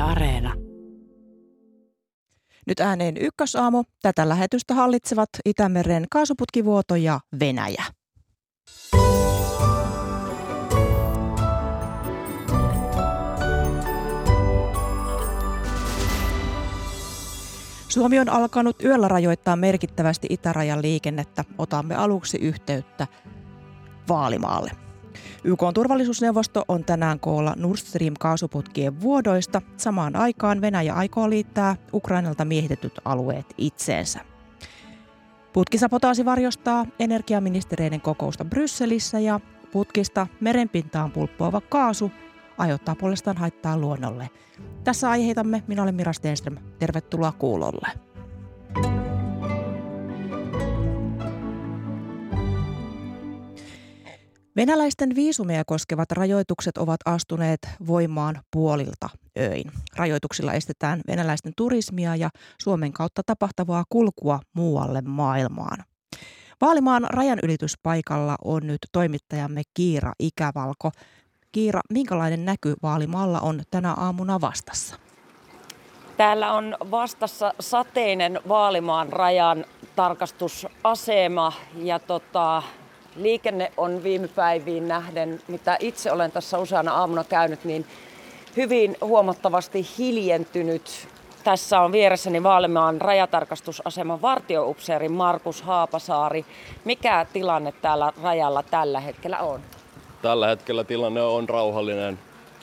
Areena. Nyt ääneen Ykkösaamu. Tätä lähetystä hallitsevat Itämeren kaasuputkivuoto ja Venäjä. Suomi on alkanut yöllä rajoittaa merkittävästi itärajan liikennettä. Otamme aluksi yhteyttä Vaalimaalle. YK:n turvallisuusneuvosto on tänään koolla Nord Stream-kaasuputkien vuodoista. Samaan aikaan Venäjä aikoo liittää Ukrainalta miehitetyt alueet itseensä. Putkisabotaasi varjostaa energiaministereiden kokousta Brysselissä ja putkista merenpintaan pulppuava kaasu aiheuttaa puolestaan haittaa luonnolle. Tässä aiheitamme. Minä olen Mira Stenström. Tervetuloa kuulolle. Venäläisten viisumeja koskevat rajoitukset ovat astuneet voimaan puolilta öin. Rajoituksilla estetään venäläisten turismia ja Suomen kautta tapahtavaa kulkua muualle maailmaan. Vaalimaan rajanylityspaikalla on nyt toimittajamme Kiira Ikävalko. Kiira, minkälainen näky Vaalimaalla on tänä aamuna vastassa? Täällä on vastassa sateinen Vaalimaan rajan tarkastusasema ja liikenne on viime päiviin nähden, mitä itse olen tässä useana aamuna käynyt, niin hyvin huomattavasti hiljentynyt. Tässä on vieressäni Vaalimaan rajatarkastusaseman vartioupseeri Markus Haapasaari. Mikä tilanne täällä rajalla tällä hetkellä on? Tällä hetkellä tilanne on rauhallinen.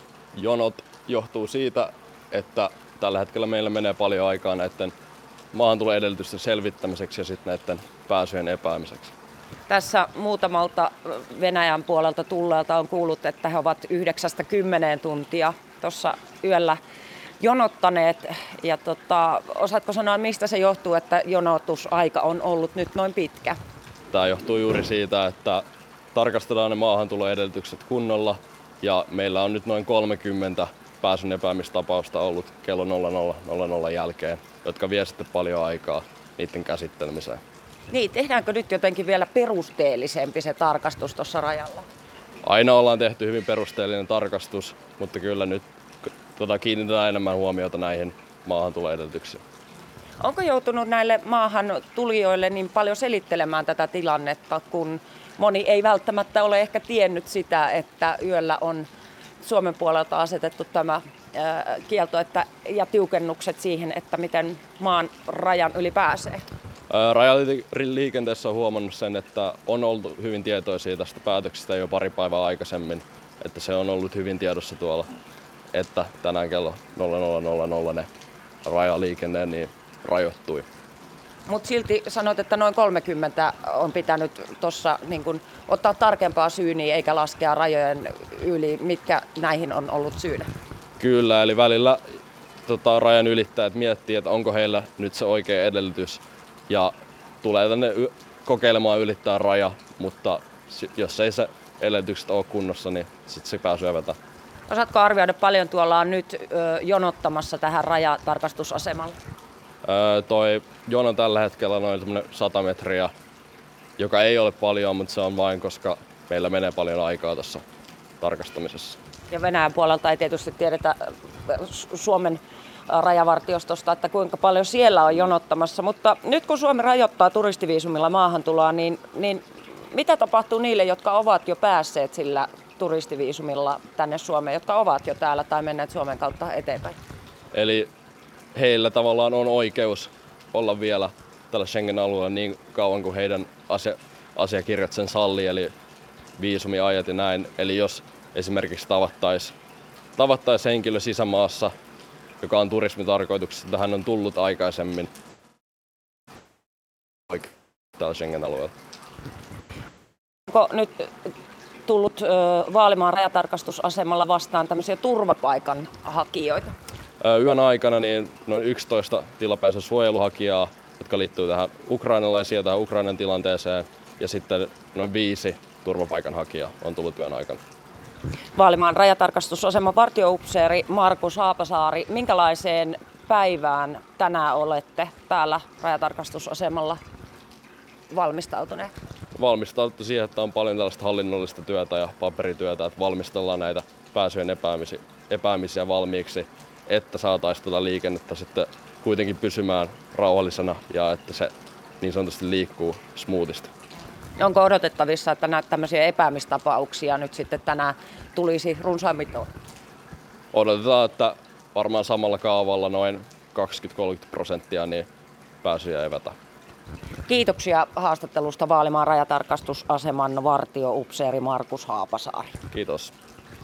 Jonot johtuu siitä, että tällä hetkellä meillä menee paljon aikaa näiden maahantuloedellytysten selvittämiseksi ja sitten näiden pääsyjen epäämiseksi. Tässä muutamalta Venäjän puolelta tulleelta on kuullut, että he ovat 9-10 tuntia tuossa yöllä jonottaneet. Ja osaatko sanoa, mistä se johtuu, että jonotusaika on ollut nyt noin pitkä? Tämä johtuu juuri siitä, että tarkastetaan ne maahantuloedellytykset kunnolla ja meillä on nyt noin 30 pääsyn epäämistapausta ollut kello 00.00 jälkeen, jotka vie sitten paljon aikaa niiden käsittelemiseen. Niin, tehdäänkö nyt jotenkin vielä perusteellisempi se tarkastus tuossa rajalla? Aina ollaan tehty hyvin perusteellinen tarkastus, mutta kyllä nyt kiinnitetään enemmän huomiota näihin maahantuloedellytyksiin. Onko joutunut näille maahan tulijoille niin paljon selittelemään tätä tilannetta, kun moni ei välttämättä ole ehkä tiennyt sitä, että yöllä on Suomen puolelta asetettu tämä kielto ja tiukennukset siihen, että miten maan rajan yli pääsee? Rajaliikenteessä on huomannut sen, että on oltu hyvin tietoisia tästä päätöksestä jo pari päivää aikaisemmin, että se on ollut hyvin tiedossa tuolla, että tänään kello 00.00 ne rajaliikenne niin rajoittui. Mutta silti sanot, että noin 30 on pitänyt tuossa niin ottaa tarkempaa syyniä eikä laskea rajojen yli. Mitkä näihin on ollut syynä? Kyllä, eli välillä rajan ylittäjät miettii, että onko heillä nyt se oikea edellytys ja tulee tänne kokeilemaan ylittää raja, mutta jos ei se edellytykset ole kunnossa, niin sitten se pääsee evätä. Osaatko arvioida, paljon tuolla on nyt jonottamassa tähän rajatarkastusasemalle? Toi jono tällä hetkellä on noin 100 metriä, joka ei ole paljon, mutta se on vain, koska meillä menee paljon aikaa tässä tarkastamisessa. Ja Venäjän puolelta ei tietysti tiedetä Suomen rajavartiostosta, että kuinka paljon siellä on jonottamassa. Mutta nyt kun Suomi rajoittaa turistiviisumilla maahantuloa, niin mitä tapahtuu niille, jotka ovat jo päässeet sillä turistiviisumilla tänne Suomeen, jotka ovat jo täällä tai menneet Suomen kautta eteenpäin? Eli heillä tavallaan on oikeus olla vielä tällä Schengen-alueella niin kauan kuin heidän asiakirjat sen sallii, eli viisumiajat ja näin. Eli jos esimerkiksi tavattaisiin henkilö sisämaassa, joka on turismitarkoituksessa, että hän on tullut aikaisemmin täällä Schengen-alueella. Onko nyt tullut Vaalimaan rajatarkastusasemalla vastaan tämmöisiä turvapaikanhakijoita? Yön aikana niin noin 11 tilapäisen suojeluhakijaa, jotka liittyy tähän ukrainalaisiin tähän Ukrainan tilanteeseen, ja sitten noin 5 turvapaikanhakijaa on tullut yön aikana. Vaalimaan rajatarkastusaseman vartioupseeri Markus Haapasaari, minkälaiseen päivään tänään olette täällä rajatarkastusasemalla valmistautuneet? Valmistauduttu siihen, että on paljon tällaista hallinnollista työtä ja paperityötä, että valmistellaan näitä pääsyjen epäämisiä valmiiksi että saataisiin tätä liikennettä sitten kuitenkin pysymään rauhallisena ja että se niin sanotusti liikkuu smoothisti. Onko odotettavissa, että näitä tämmöisiä epäämistapauksia nyt sitten tänään tulisi runsaammin? Odotetaan, että varmaan samalla kaavalla noin 20-30% niin pääsyjä evätä. Kiitoksia haastattelusta Vaalimaan rajatarkastusaseman vartioupseeri Markus Haapasaari. Kiitos.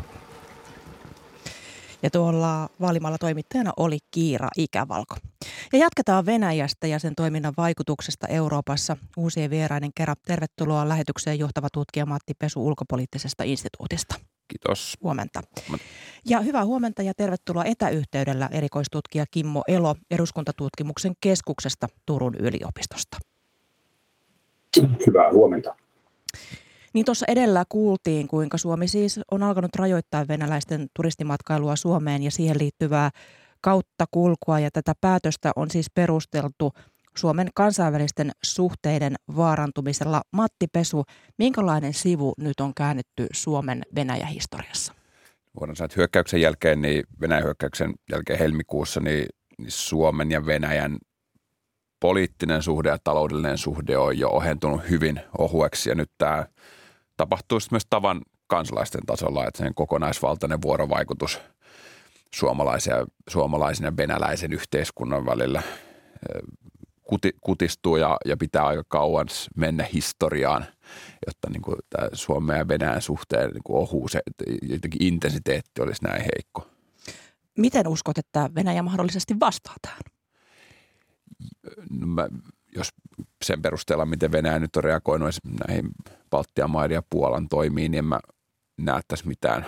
Ja tuolla Vaalimaalla toimittajana oli Kiira Ikävalko. Ja jatketaan Venäjästä ja sen toiminnan vaikutuksesta Euroopassa. Uusien vieraiden kerran tervetuloa lähetykseen johtava tutkija Matti Pesu Ulkopoliittisesta instituutista. Kiitos. Huomenta. Ja hyvää huomenta ja tervetuloa etäyhteydellä erikoistutkija Kimmo Elo Eduskuntatutkimuksen keskuksesta Turun yliopistosta. Hyvää huomenta. Niin tuossa edellä kuultiin, kuinka Suomi siis on alkanut rajoittaa venäläisten turistimatkailua Suomeen ja siihen liittyvää kauttakulkua. Ja tätä päätöstä on siis perusteltu Suomen kansainvälisten suhteiden vaarantumisella. Matti Pesu, minkälainen sivu nyt on käännetty Suomen Venäjä-historiassa? Vuoden hyökkäyksen jälkeen, niin Venäjän hyökkäyksen jälkeen helmikuussa, niin Suomen ja Venäjän poliittinen suhde ja taloudellinen suhde on jo ohentunut hyvin ohueksi. Ja nyt tämä tapahtuu myös tavan kansalaisten tasolla, että sen kokonaisvaltainen vuorovaikutus suomalaisen ja venäläisen yhteiskunnan välillä kutistuu ja pitää aika kauan mennä historiaan, jotta niin kuin tämä Suomen ja Venäjän suhteen niin kuin ohuus, jotenkin intensiteetti olisi näin heikko. Miten uskot, että Venäjä mahdollisesti vastaa tähän? Jos sen perusteella, miten Venäjä nyt on reagoinut näihin Baltian maiden ja Puolan toimiin, niin en mä näe tässä mitään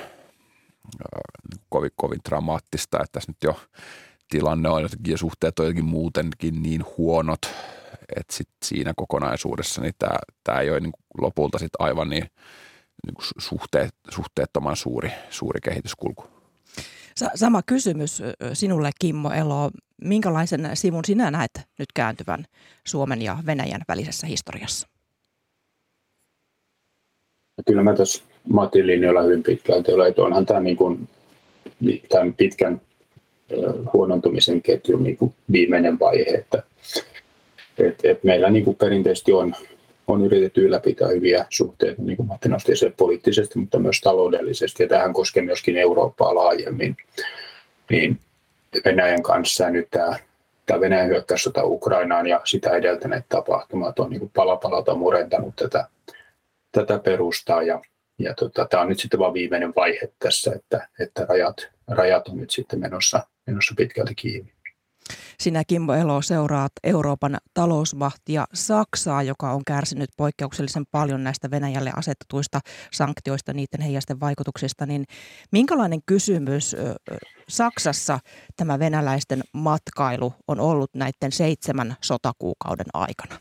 kovin dramaattista, että tässä nyt jo tilanne on jotenkin ja suhteet on jotenkin muutenkin niin huonot, että sit siinä kokonaisuudessa niin tämä ei ole niin lopulta sit aivan niin suhteettoman suuri kehityskulku. Sama kysymys sinulle, Kimmo Elo. Minkälaisen sivun sinä näet nyt kääntyvän Suomen ja Venäjän välisessä historiassa? Kyllä mä tässä Matin linjoilla hyvin pitkälti olen, että onhan tämä niin kuin tämän pitkän huonontumisen ketjun niin kuin viimeinen vaihe, että meillä niin kuin perinteisesti on yritetty ylläpitää hyviä suhteita, niin kuin Matti nosti esille, poliittisesti, mutta myös taloudellisesti, ja tähän koskee myöskin Eurooppaa laajemmin, niin Venäjän kanssa ja nyt tämä Venäjän hyökkäyssota Ukrainaan ja sitä edeltäneet tapahtumat on niin kuin pala palalta murentanut tätä perustaa, ja tämä on nyt sitten vain viimeinen vaihe tässä, että rajat on nyt sitten menossa pitkälti kiinni. Sinä, Kimmo Elo, seuraat Euroopan talousmahtia Saksaa, joka on kärsinyt poikkeuksellisen paljon näistä Venäjälle asetetuista sanktioista, niiden heijasten vaikutuksista. Niin minkälainen kysymys Saksassa tämä venäläisten matkailu on ollut näiden 7 sotakuukauden aikana?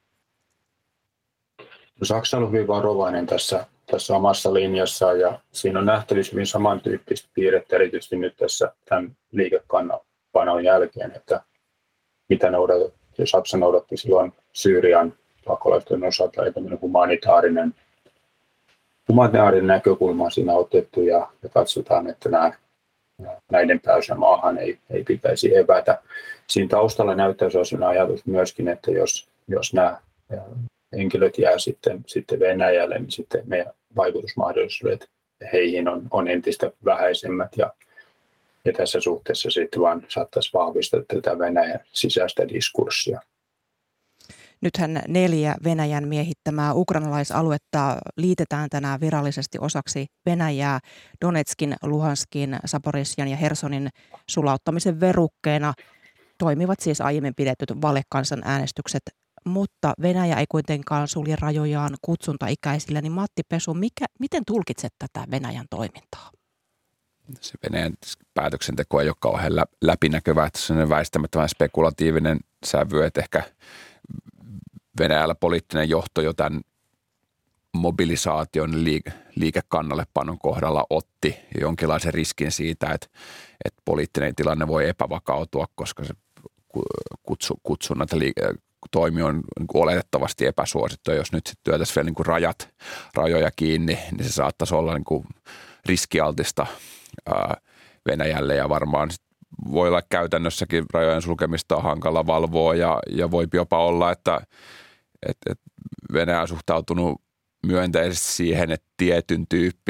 No, Saksa on hyvin varovainen tässä omassa linjassaan, ja siinä on nähtävissä hyvin samantyyppistä piirrettä erityisesti nyt tässä tämän liikekannapanon jälkeen, että mitä Saksa noudatti silloin Syyrian pakolaisten osalta, ja tämmöinen humanitaarinen näkökulma on siinä otettu, ja katsotaan, että näiden pääsyä maahan ei pitäisi evätä. Siinä taustalla näyttäisi olla ajatus myöskin, että jos nämä henkilöt jää sitten Venäjälle, niin sitten meidän vaikutusmahdollisuudet heihin on entistä vähäisemmät, ja tässä suhteessa sitten vaan saattaisi vahvistaa tätä Venäjän sisäistä diskurssia. Nythän 4 Venäjän miehittämää ukrainalaisaluetta liitetään tänään virallisesti osaksi Venäjää Donetskin, Luhanskin, Zaporizhzhjan ja Hersonin sulauttamisen verukkeena. Toimivat siis aiemmin pidetyt valekansanäänestykset, mutta Venäjä ei kuitenkaan sulje rajojaan kutsuntaikäisillä. Niin Matti Pesu, miten tulkitset tätä Venäjän toimintaa? Se Venäjän päätöksenteko ei ole kauhean läpinäkyvää, että se on väistämättä spekulatiivinen sävy, että ehkä Venäjällä poliittinen johto jo tämän mobilisaation liikekannallepanon kohdalla otti jonkinlaisen riskin siitä, että poliittinen tilanne voi epävakautua, koska se kutsunnat toimi on niin kuin oletettavasti epäsuosittu. Jos nyt sitten työtäisiin vielä niin kuin rajoja kiinni, niin se saattaisi olla niin kuin riskialtista Venäjälle, ja varmaan voi olla käytännössäkin rajojen sulkemista on hankala valvoa ja voi jopa olla, että Venäjä on suhtautunut myönteisesti siihen, että tietyn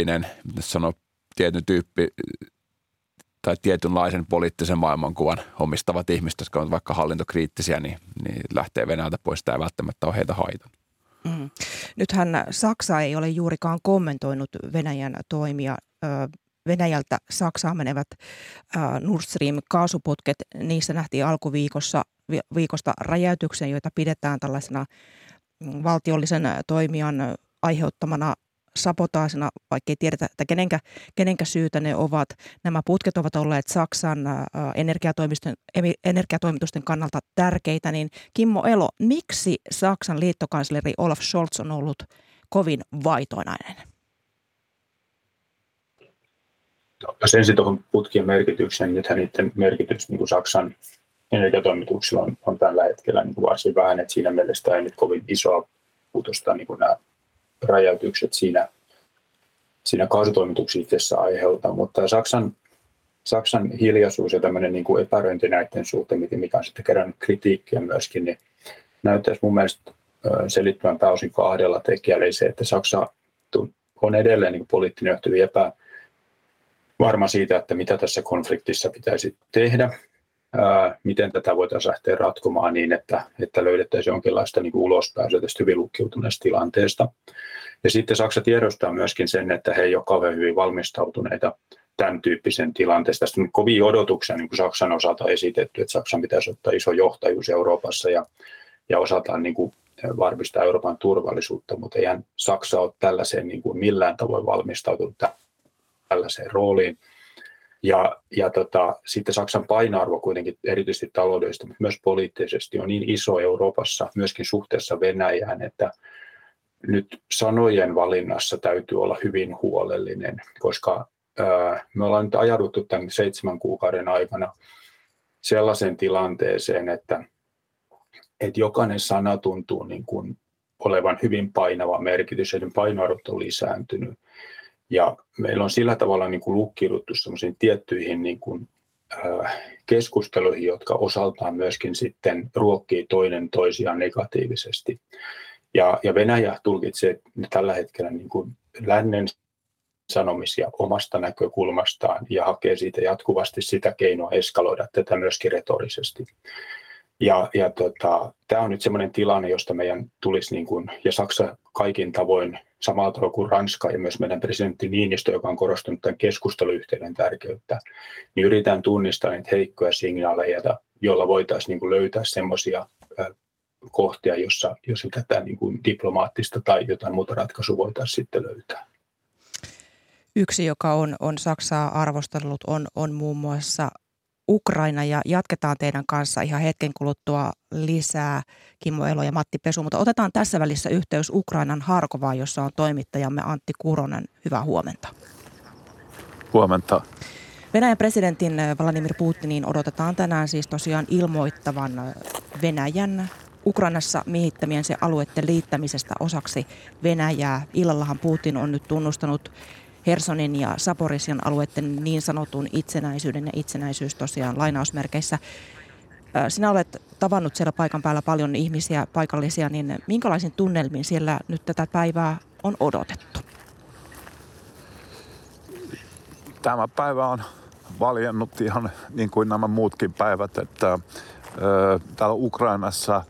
tyyppi tai tietynlaisen poliittisen maailmankuvan omistavat ihmiset, jotka ovat vaikka hallintokriittisiä, niin lähtee Venäjältä pois. Sitä ei välttämättä ole heitä haitannut. Nythän Saksa ei ole juurikaan kommentoinut Venäjän toimia. Venäjältä Saksaan menevät Nord Stream-kaasuputket, niissä nähtiin alkuviikosta räjäytyksen, joita pidetään tällaisena valtiollisen toimijan aiheuttamana sabotaasina, vaikka ei tiedetä, että kenenkä syytä ne ovat. Nämä putket ovat olleet Saksan energiatoimitusten kannalta tärkeitä. Niin Kimmo Elo, miksi Saksan liittokansleri Olaf Scholz on ollut kovin vaitoinainen? Jos ensin tuohon putkien merkitykseen, nythän niiden merkitys niin kuin Saksan energiatoimituksilla on tällä hetkellä niin kuin varsin vähän, että siinä mielessä ei nyt kovin isoa puutosta niin kuin nämä räjäytykset siinä kaasutoimituksissa itse aiheuta, mutta Saksan hiljaisuus ja tämmöinen niin kuin epäröinti näiden suhteen, mikä on sitten kerännyt kritiikkiä myöskin, niin näyttäisi mun mielestä selittyvän pääosin kahdella tekijällä, eli se, että Saksa on edelleen niin kuin poliittinen johto hyvin epävarma siitä, että mitä tässä konfliktissa pitäisi tehdä, miten tätä voitaisiin lähteä ratkomaan niin, että löydettäisiin jonkinlaista niin kuin ulospääsyä tästä hyvin lukkiutuneesta tilanteesta. Ja sitten Saksa tiedostaa myöskin sen, että he ei ole kauhean hyvin valmistautuneita tämän tyyppisen tilanteesta. Tästä on kovia odotuksia niin kuin Saksan osalta esitetty, että Saksan pitäisi ottaa iso johtajuus Euroopassa ja osataan niin kuin varmistaa Euroopan turvallisuutta, mutta eihän Saksa ole tällaiseen niin kuin millään tavoin valmistautunut tällaiseen rooliin. Sitten Saksan painoarvo kuitenkin erityisesti taloudellisesti, mutta myös poliittisesti on niin iso Euroopassa, myöskin suhteessa Venäjään, että nyt sanojen valinnassa täytyy olla hyvin huolellinen, koska me ollaan nyt ajauduttu tämän 7 kuukauden aikana sellaiseen tilanteeseen, että jokainen sana tuntuu niin kuin olevan hyvin painava merkitys, ja painoarvot on lisääntynyt. Ja meillä on sillä tavalla niin kuin lukkiuduttu sellaisiin tiettyihin niin kuin, keskusteluihin, jotka osaltaan myöskin sitten ruokkii toinen toisiaan negatiivisesti. Ja Venäjä tulkitsee tällä hetkellä niin kuin lännen sanomisia omasta näkökulmastaan ja hakee siitä jatkuvasti sitä keinoa eskaloida tätä myöskin retorisesti. Tämä on nyt sellainen tilanne, josta meidän tulisi, niin kuin, ja Saksa kaikin tavoin samalla tavalla kuin Ranska ja myös meidän presidentti Niinistö, joka on korostanut tämän keskusteluyhteyden tärkeyttä, niin yritetään tunnistaa niitä heikkoja signaaleja, joilla voitaisiin niin kuin löytää semmoisia kohtia, jossa tätä niin kuin diplomaattista tai jotain muuta ratkaisua voitaisiin sitten löytää. Yksi, joka on Saksaa arvostellut, on muun muassa Ukraina, ja jatketaan teidän kanssa ihan hetken kuluttua lisää, Kimmo Elo ja Matti Pesu, mutta otetaan tässä välissä yhteys Ukrainan Harkovaan, jossa on toimittajamme Antti Kuronen. Hyvää huomenta. Huomenta. Venäjän presidentin Vladimir Putinin odotetaan tänään siis tosiaan ilmoittavan Venäjän Ukrainassa miehittämien se alueiden liittämisestä osaksi Venäjää. Illallahan Putin on nyt tunnustanut Hersonin ja Zaporizhian alueiden niin sanotun itsenäisyyden, ja itsenäisyys tosiaan lainausmerkeissä. Sinä olet tavannut siellä paikan päällä paljon ihmisiä, paikallisia, niin minkälaisin tunnelmin siellä nyt tätä päivää on odotettu? Tämä päivä on valjennut ihan niin kuin nämä muutkin päivät, että täällä Ukrainassa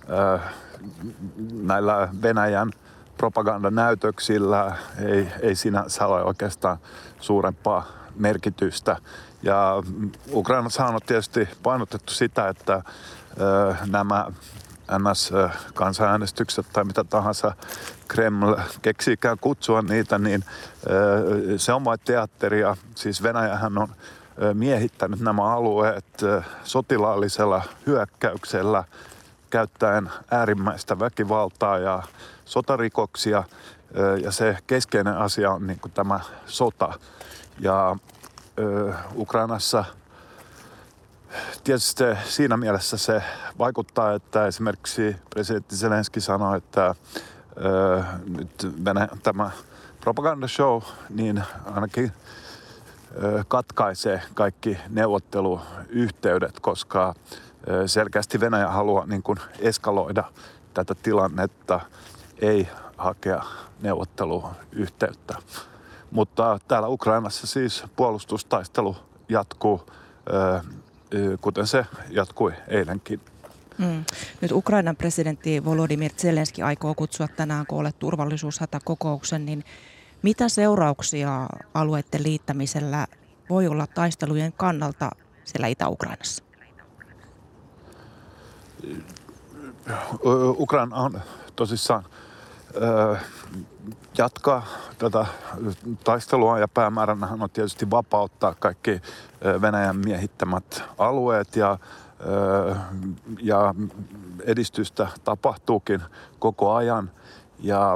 näillä Venäjän propagandanäytöksillä ei sinänsä ole oikeastaan suurempaa merkitystä. Ja Ukrainassa on tietysti painotettu sitä, että nämä NS-kansanäänestykset tai mitä tahansa Kreml keksiikään kutsua niitä, niin se on vain teatteria. Siis Venäjähän on miehittänyt nämä alueet sotilaallisella hyökkäyksellä, käyttäen äärimmäistä väkivaltaa ja sotarikoksia, ja se keskeinen asia on niin kuin tämä sota. Ja Ukrainassa tietysti siinä mielessä se vaikuttaa, että esimerkiksi presidentti Zelenski sanoi, että nyt tämä propagandashow, niin ainakin katkaisee kaikki neuvotteluyhteydet, koska selkeästi Venäjä haluaa niin kuin eskaloida tätä tilannetta, ei hakea neuvotteluyhteyttä. Mutta täällä Ukrainassa siis puolustustaistelu jatkuu, kuten se jatkui eilenkin. Nyt Ukrainan presidentti Volodymyr Zelenski aikoo kutsua tänään koolle turvallisuushätäkokouksen, niin mitä seurauksia alueiden liittämisellä voi olla taistelujen kannalta siellä Itä-Ukrainassa? Ukraina on tosissaan jatkaa tätä taistelua ja päämääränähän on tietysti vapauttaa kaikki Venäjän miehittämät alueet ja edistystä tapahtuukin koko ajan. Ja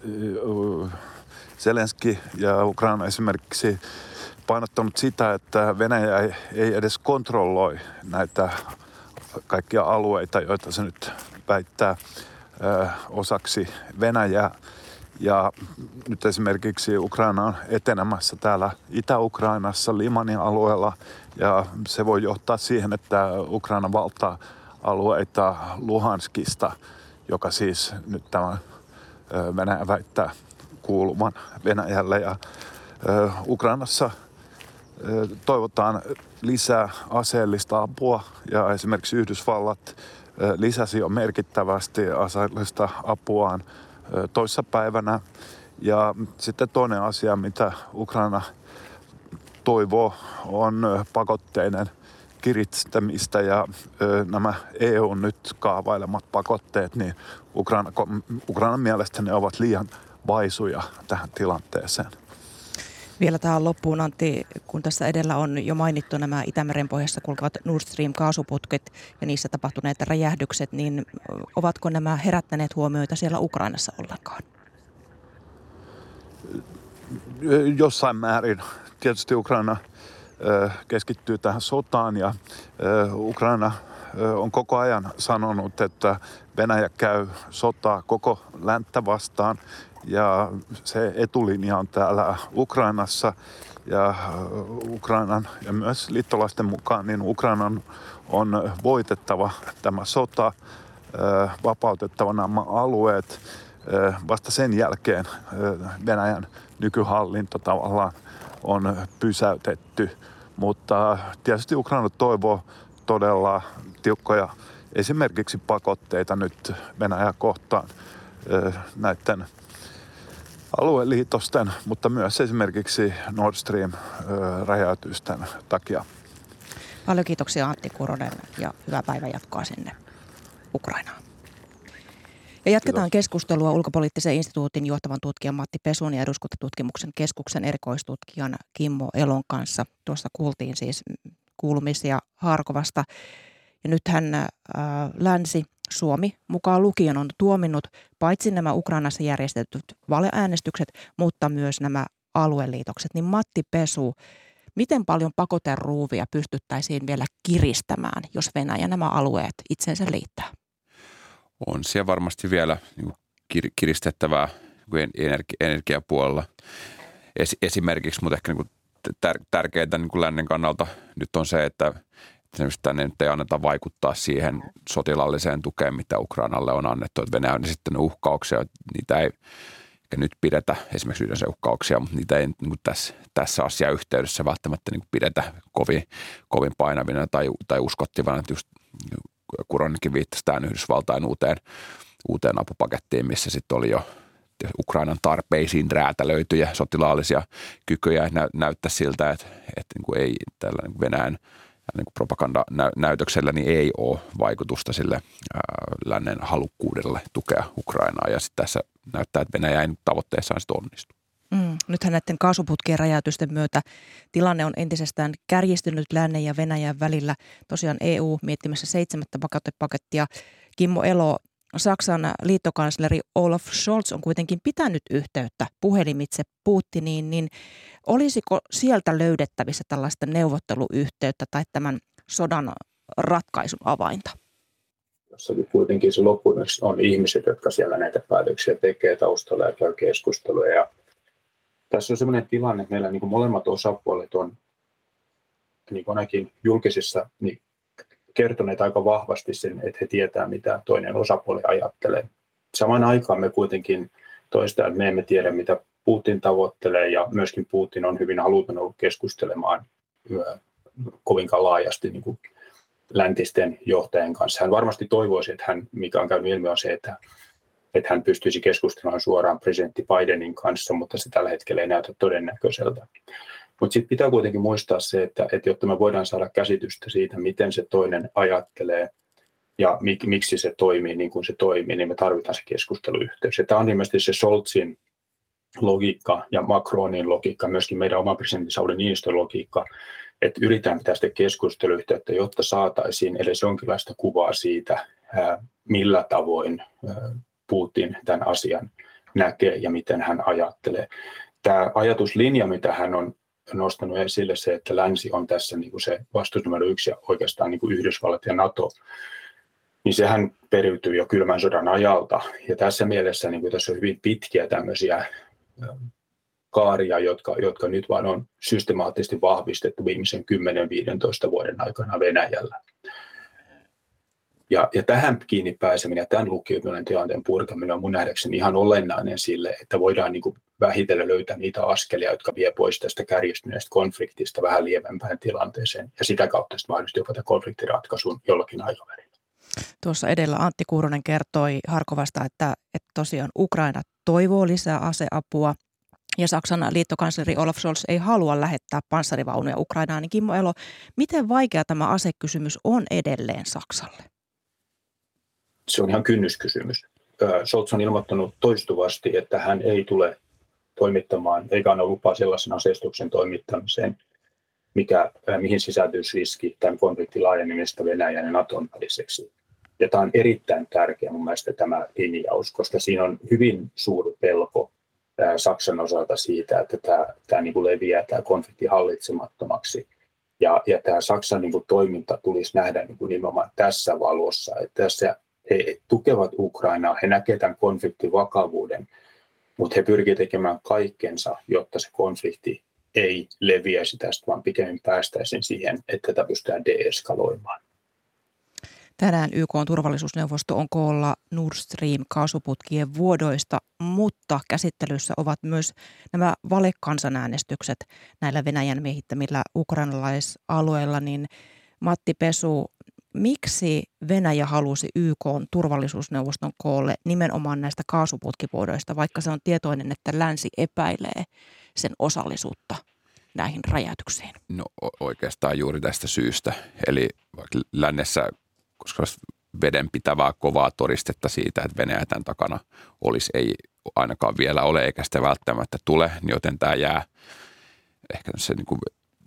Zelenski ja Ukraina esimerkiksi painottanut sitä, että Venäjä ei edes kontrolloi näitä kaikkia alueita, joita se nyt väittää osaksi Venäjää. Ja nyt esimerkiksi Ukraina on etenemässä täällä Itä-Ukrainassa Limanin alueella ja se voi johtaa siihen, että Ukraina valtaa alueita Luhanskista, joka siis nyt tämä Venäjä väittää kuuluvan Venäjälle. Ja Ukrainassa toivotaan lisää aseellista apua ja esimerkiksi Yhdysvallat lisäsi jo merkittävästi aseellista apuaan toissapäivänä. Ja sitten toinen asia, mitä Ukraina toivoo, on pakotteiden kiristämistä ja nämä EU:n nyt kaavailemat pakotteet, niin Ukrainan mielestä ne ovat liian vaisuja tähän tilanteeseen. Vielä tähän loppuun, Antti, kun tässä edellä on jo mainittu nämä Itämeren pohjassa kulkevat Nord Stream-kaasuputket ja niissä tapahtuneet räjähdykset, niin ovatko nämä herättäneet huomioita siellä Ukrainassa ollenkaan? Jossain määrin. Tietysti Ukraina keskittyy tähän sotaan ja Ukraina on koko ajan sanonut, että Venäjä käy sotaa koko länttä vastaan ja se etulinja on täällä Ukrainassa ja Ukrainan ja myös liittolaisten mukaan niin Ukrainan on voitettava tämä sota, vapautettava nämä alueet. Vasta sen jälkeen Venäjän nykyhallinto tavallaan on pysäytetty, mutta tietysti Ukraina toivoo todella tiukkoja esimerkiksi pakotteita nyt Venäjää kohtaan näiden alueliitosten, mutta myös esimerkiksi Nord Stream-räjäytysten takia. Paljon kiitoksia Antti Kuronen ja hyvää päivänjatkoa sinne Ukrainaan. Ja jatketaan keskustelua Ulkopoliittisen instituutin johtavan tutkijan Matti Pesun ja Eduskuntatutkimuksen keskuksen erikoistutkijan Kimmo Elon kanssa. Tuossa kuultiin siis kuulumisia Harkovasta. Ja nythän länsi, Suomi mukaan lukien on tuominnut paitsi nämä Ukrainassa järjestetyt valeäänestykset, mutta myös nämä alueliitokset. Niin Matti Pesu, miten paljon pakoteruuvia pystyttäisiin vielä kiristämään, jos Venäjä nämä alueet itsensä liittää? On siellä varmasti vielä kiristettävää energiapuolella esimerkiksi, mutta ehkä tärkeää lännen kannalta nyt on se, että tänne nyt ei anneta vaikuttaa siihen sotilaalliseen tukeen, mitä Ukrainalle on annettu. Että Venäjä on sitten uhkauksia, niitä ei nyt pidetä, esimerkiksi ydinaseuhkauksia, mutta niitä ei niin tässä asiayhteydessä välttämättä niin pidetä kovin painavina tai uskottavana. Just Kuronenkin viittasi tämän Yhdysvaltain uuteen apupakettiin, missä sitten oli jo Ukrainan tarpeisiin räätälöityjä sotilaallisia kykyjä. Näyttää siltä, että niin kuin ei tällä niin kuin Venäjän niin kuin propagandanäytöksellä niin ei ole vaikutusta sille lännen halukkuudelle tukea Ukrainaa. Ja sitten tässä näyttää, että Venäjä ei tavoitteessaan sitten onnistu. Nythän näiden kaasuputkien räjäytysten myötä tilanne on entisestään kärjistynyt lännen ja Venäjän välillä. Tosiaan EU miettimässä 7. pakettia. Kimmo Elo, Saksan liittokansleri Olaf Scholz on kuitenkin pitänyt yhteyttä puhelimitse Putiniin, niin olisiko sieltä löydettävissä tällaista neuvotteluyhteyttä tai tämän sodan ratkaisun avainta? Jossakin kuitenkin se loppujen on ihmiset, jotka siellä näitä päätöksiä tekee taustalla ja käy keskustelua. Ja tässä on sellainen tilanne, että meillä niin kuin molemmat osapuolet on niin kuin ainakin julkisissa niin kertoneet aika vahvasti sen, että he tietää, mitä toinen osapuoli ajattelee. Samaan aikaan me kuitenkin toistaan, että me emme tiedä, mitä Putin tavoittelee, ja myöskin Putin on hyvin haluton ollut keskustelemaan kovinkaan laajasti niin kuin läntisten johtajien kanssa. Hän varmasti toivoisi, että mikä on käynyt ilmi, on se, että hän pystyisi keskustelemaan suoraan presidentti Bidenin kanssa, mutta se tällä hetkellä ei näytä todennäköiseltä. Mutta sitten pitää kuitenkin muistaa se, että jotta me voidaan saada käsitystä siitä, miten se toinen ajattelee ja miksi se toimii niin kuin se toimii, niin me tarvitaan se keskusteluyhteys. Ja tämä on ilmeisesti se Scholzin logiikka ja Macronin logiikka, myöskin meidän oma presidentti Sauli Niinistön logiikka, että yritetään pitää sitä keskusteluyhteyttä, jotta saataisiin edes jonkinlaista kuvaa siitä, millä tavoin Putin tämän asian näkee ja miten hän ajattelee. Tämä ajatuslinja, mitä hän on nostanut esille, se, että länsi on tässä niin kuin se vastuus numero 1 ja oikeastaan niin kuin Yhdysvallat ja NATO, niin sehän periytyy jo kylmän sodan ajalta. Ja tässä mielessä niin kuin tässä on hyvin pitkiä tämmöisiä kaaria, jotka nyt vaan on systemaattisesti vahvistettu viimeisen 10-15 vuoden aikana Venäjällä. Ja tähän kiinni pääseminen ja tämän lukkiutuneen tilanteen purkaminen on mun nähdäkseni ihan olennainen sille, että voidaan niin kuin vähitellen löytää niitä askelia, jotka vie pois tästä kärjistyneestä konfliktista vähän lievempään tilanteeseen ja sitä kautta mahdollisesti jopa tämän konfliktiratkaisun jollakin aikavälillä. Tuossa edellä Antti Kuuronen kertoi Harkovasta, että tosiaan Ukraina toivoo lisää aseapua ja Saksan liittokansleri Olaf Scholz ei halua lähettää panssarivaunuja Ukrainaan. Niin Kimmo Elo, miten vaikea tämä asekysymys on edelleen Saksalle? Se on ihan kynnyskysymys. Scholz on ilmoittanut toistuvasti, että hän ei tule toimittamaan, eikä anna lupaa sellaisen aseistuksen toimittamiseen, mihin sisältyisi riski tämän konfliktin laajenemista Venäjän ja Naton väliseksi. Ja tämä on erittäin tärkeä mun mielestä tämä linjaus, koska siinä on hyvin suuri pelko Saksan osalta siitä, että tämä niin kuin leviää tämä konflikti hallitsemattomaksi. Ja tämä Saksan niin kuin toiminta tulisi nähdä niin kuin nimenomaan tässä valossa, että tässä he tukevat Ukrainaa, he näkevät tämän konfliktin vakavuuden, mutta he pyrkivät tekemään kaikkensa, jotta se konflikti ei leviäisi tästä, vaan pikemmin päästäisiin siihen, että tätä pystytään deeskaloimaan. Tänään YK:n turvallisuusneuvosto on koolla Nord Stream-kaasuputkien vuodoista, mutta käsittelyssä ovat myös nämä valekansanäänestykset näillä Venäjän miehittämillä ukrainalaisalueilla. Niin Matti Pesu, miksi Venäjä halusi YK:n turvallisuusneuvoston koolle nimenomaan näistä kaasuputkivuodoista, vaikka se on tietoinen, että länsi epäilee sen osallisuutta näihin räjäytyksiin? No oikeastaan juuri tästä syystä. Eli lännessä, koska vedenpitävää kovaa todistetta siitä, että Venäjä tämän takana olisi, ei ainakaan vielä ole, eikä sitä välttämättä tule, niin joten tämä jää ehkä se niin kuin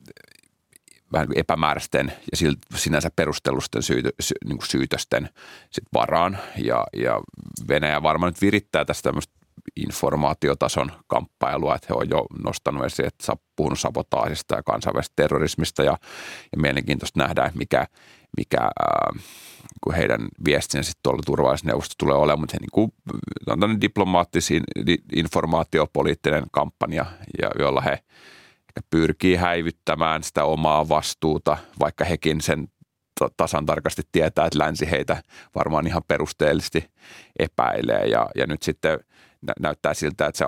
vähän epämääräisten ja sinänsä perustellusten niin kuin syytösten sit varaan. Ja Venäjä varmaan nyt virittää tästä tämmöistä informaatiotason kamppailua, että he on jo nostanut esiin, että puhunut sabotaasista ja kansainvälisestä terrorismista ja mielenkiintoista nähdä, että mikä kun heidän viestinsä sitten tuolla turvallisuusneuvosto tulee olemaan, mutta he niin kuin, on tämmöinen diplomaattinen informaatiopoliittinen kampanja, jolla he pyrkii häivyttämään sitä omaa vastuuta, vaikka hekin sen tasan tarkasti tietää, että länsi heitä varmaan ihan perusteellisesti epäilee. Ja nyt sitten näyttää siltä, että se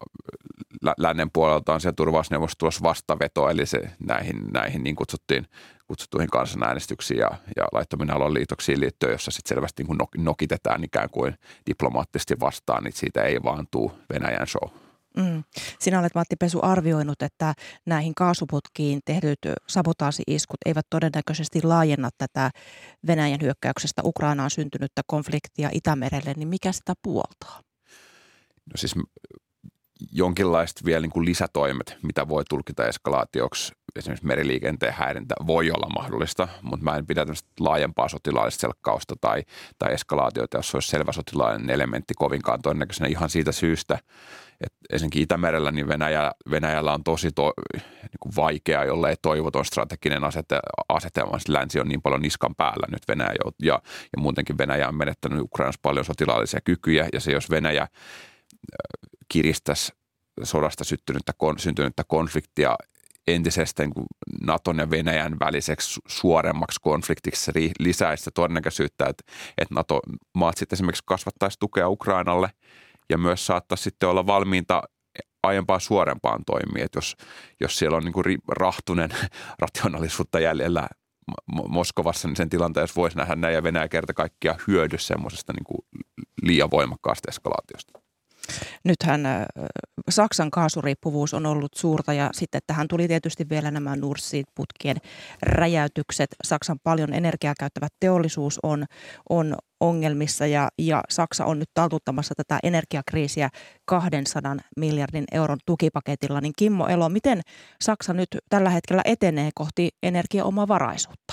lännen puolelta on se turvallisuusneuvosto tulossa vastaveto, eli se näihin niin kutsuttuihin kansanäänestyksiin ja laittomien alueliitoksiin liittyen, jossa sitten selvästi niin nokitetaan ikään kuin diplomaattisesti vastaan, niin siitä ei vaan tule Venäjän show. Sinä olet, Matti Pesu, arvioinut, että näihin kaasuputkiin tehdyt sabotaasi-iskut eivät todennäköisesti laajenna tätä Venäjän hyökkäyksestä Ukrainaan syntynyttä konfliktia Itämerelle, niin mikä sitä puoltaa? No siis jonkinlaista vielä niin kuin lisätoimet, mitä voi tulkita eskalaatioksi, esimerkiksi meriliikenteen häirintä voi olla mahdollista, mutta mä en pidä tämmöistä laajempaa sotilaallista selkkausta tai eskalaatiota, jos olisi selvä sotilaallinen elementti kovinkaan todennäköisenä ihan siitä syystä, että esimerkiksi Itämerellä niin Venäjällä on tosi niin kuin vaikea, jollei toivoton strateginen asetelma. Länsi on niin paljon niskan päällä nyt Venäjä ja muutenkin Venäjä on menettänyt Ukrainassa paljon sotilaallisia kykyjä ja se jos Venäjä kiristäisi sodasta syntynyttä konfliktia entisestään Naton ja Venäjän väliseksi suoremmaksi konfliktiksi. Se lisäisi sitä todennäköisyyttä, että NATO-maat sitten esimerkiksi kasvattaisi tukea Ukrainalle ja myös saattaisi sitten olla valmiinta aiempaa suorempaan toimia. Että jos siellä on niin kuin rahtunen rationaalisuutta jäljellä Moskovassa, niin sen tilanteessa voisi nähdä näin ja Venäjä kerta kaikkiaan hyödy semmoisesta niin kuin liian voimakkaasta eskalaatiosta. Nythän Saksan kaasuriippuvuus on ollut suurta ja sitten tähän tuli tietysti vielä nämä Nord Stream-putkien räjäytykset. Saksan paljon energiaa käyttävä teollisuus on ongelmissa ja Saksa on nyt taltuttamassa tätä energiakriisiä 200 miljardin euron tukipaketilla. Niin Kimmo Elo, miten Saksa nyt tällä hetkellä etenee kohti energiaomavaraisuutta?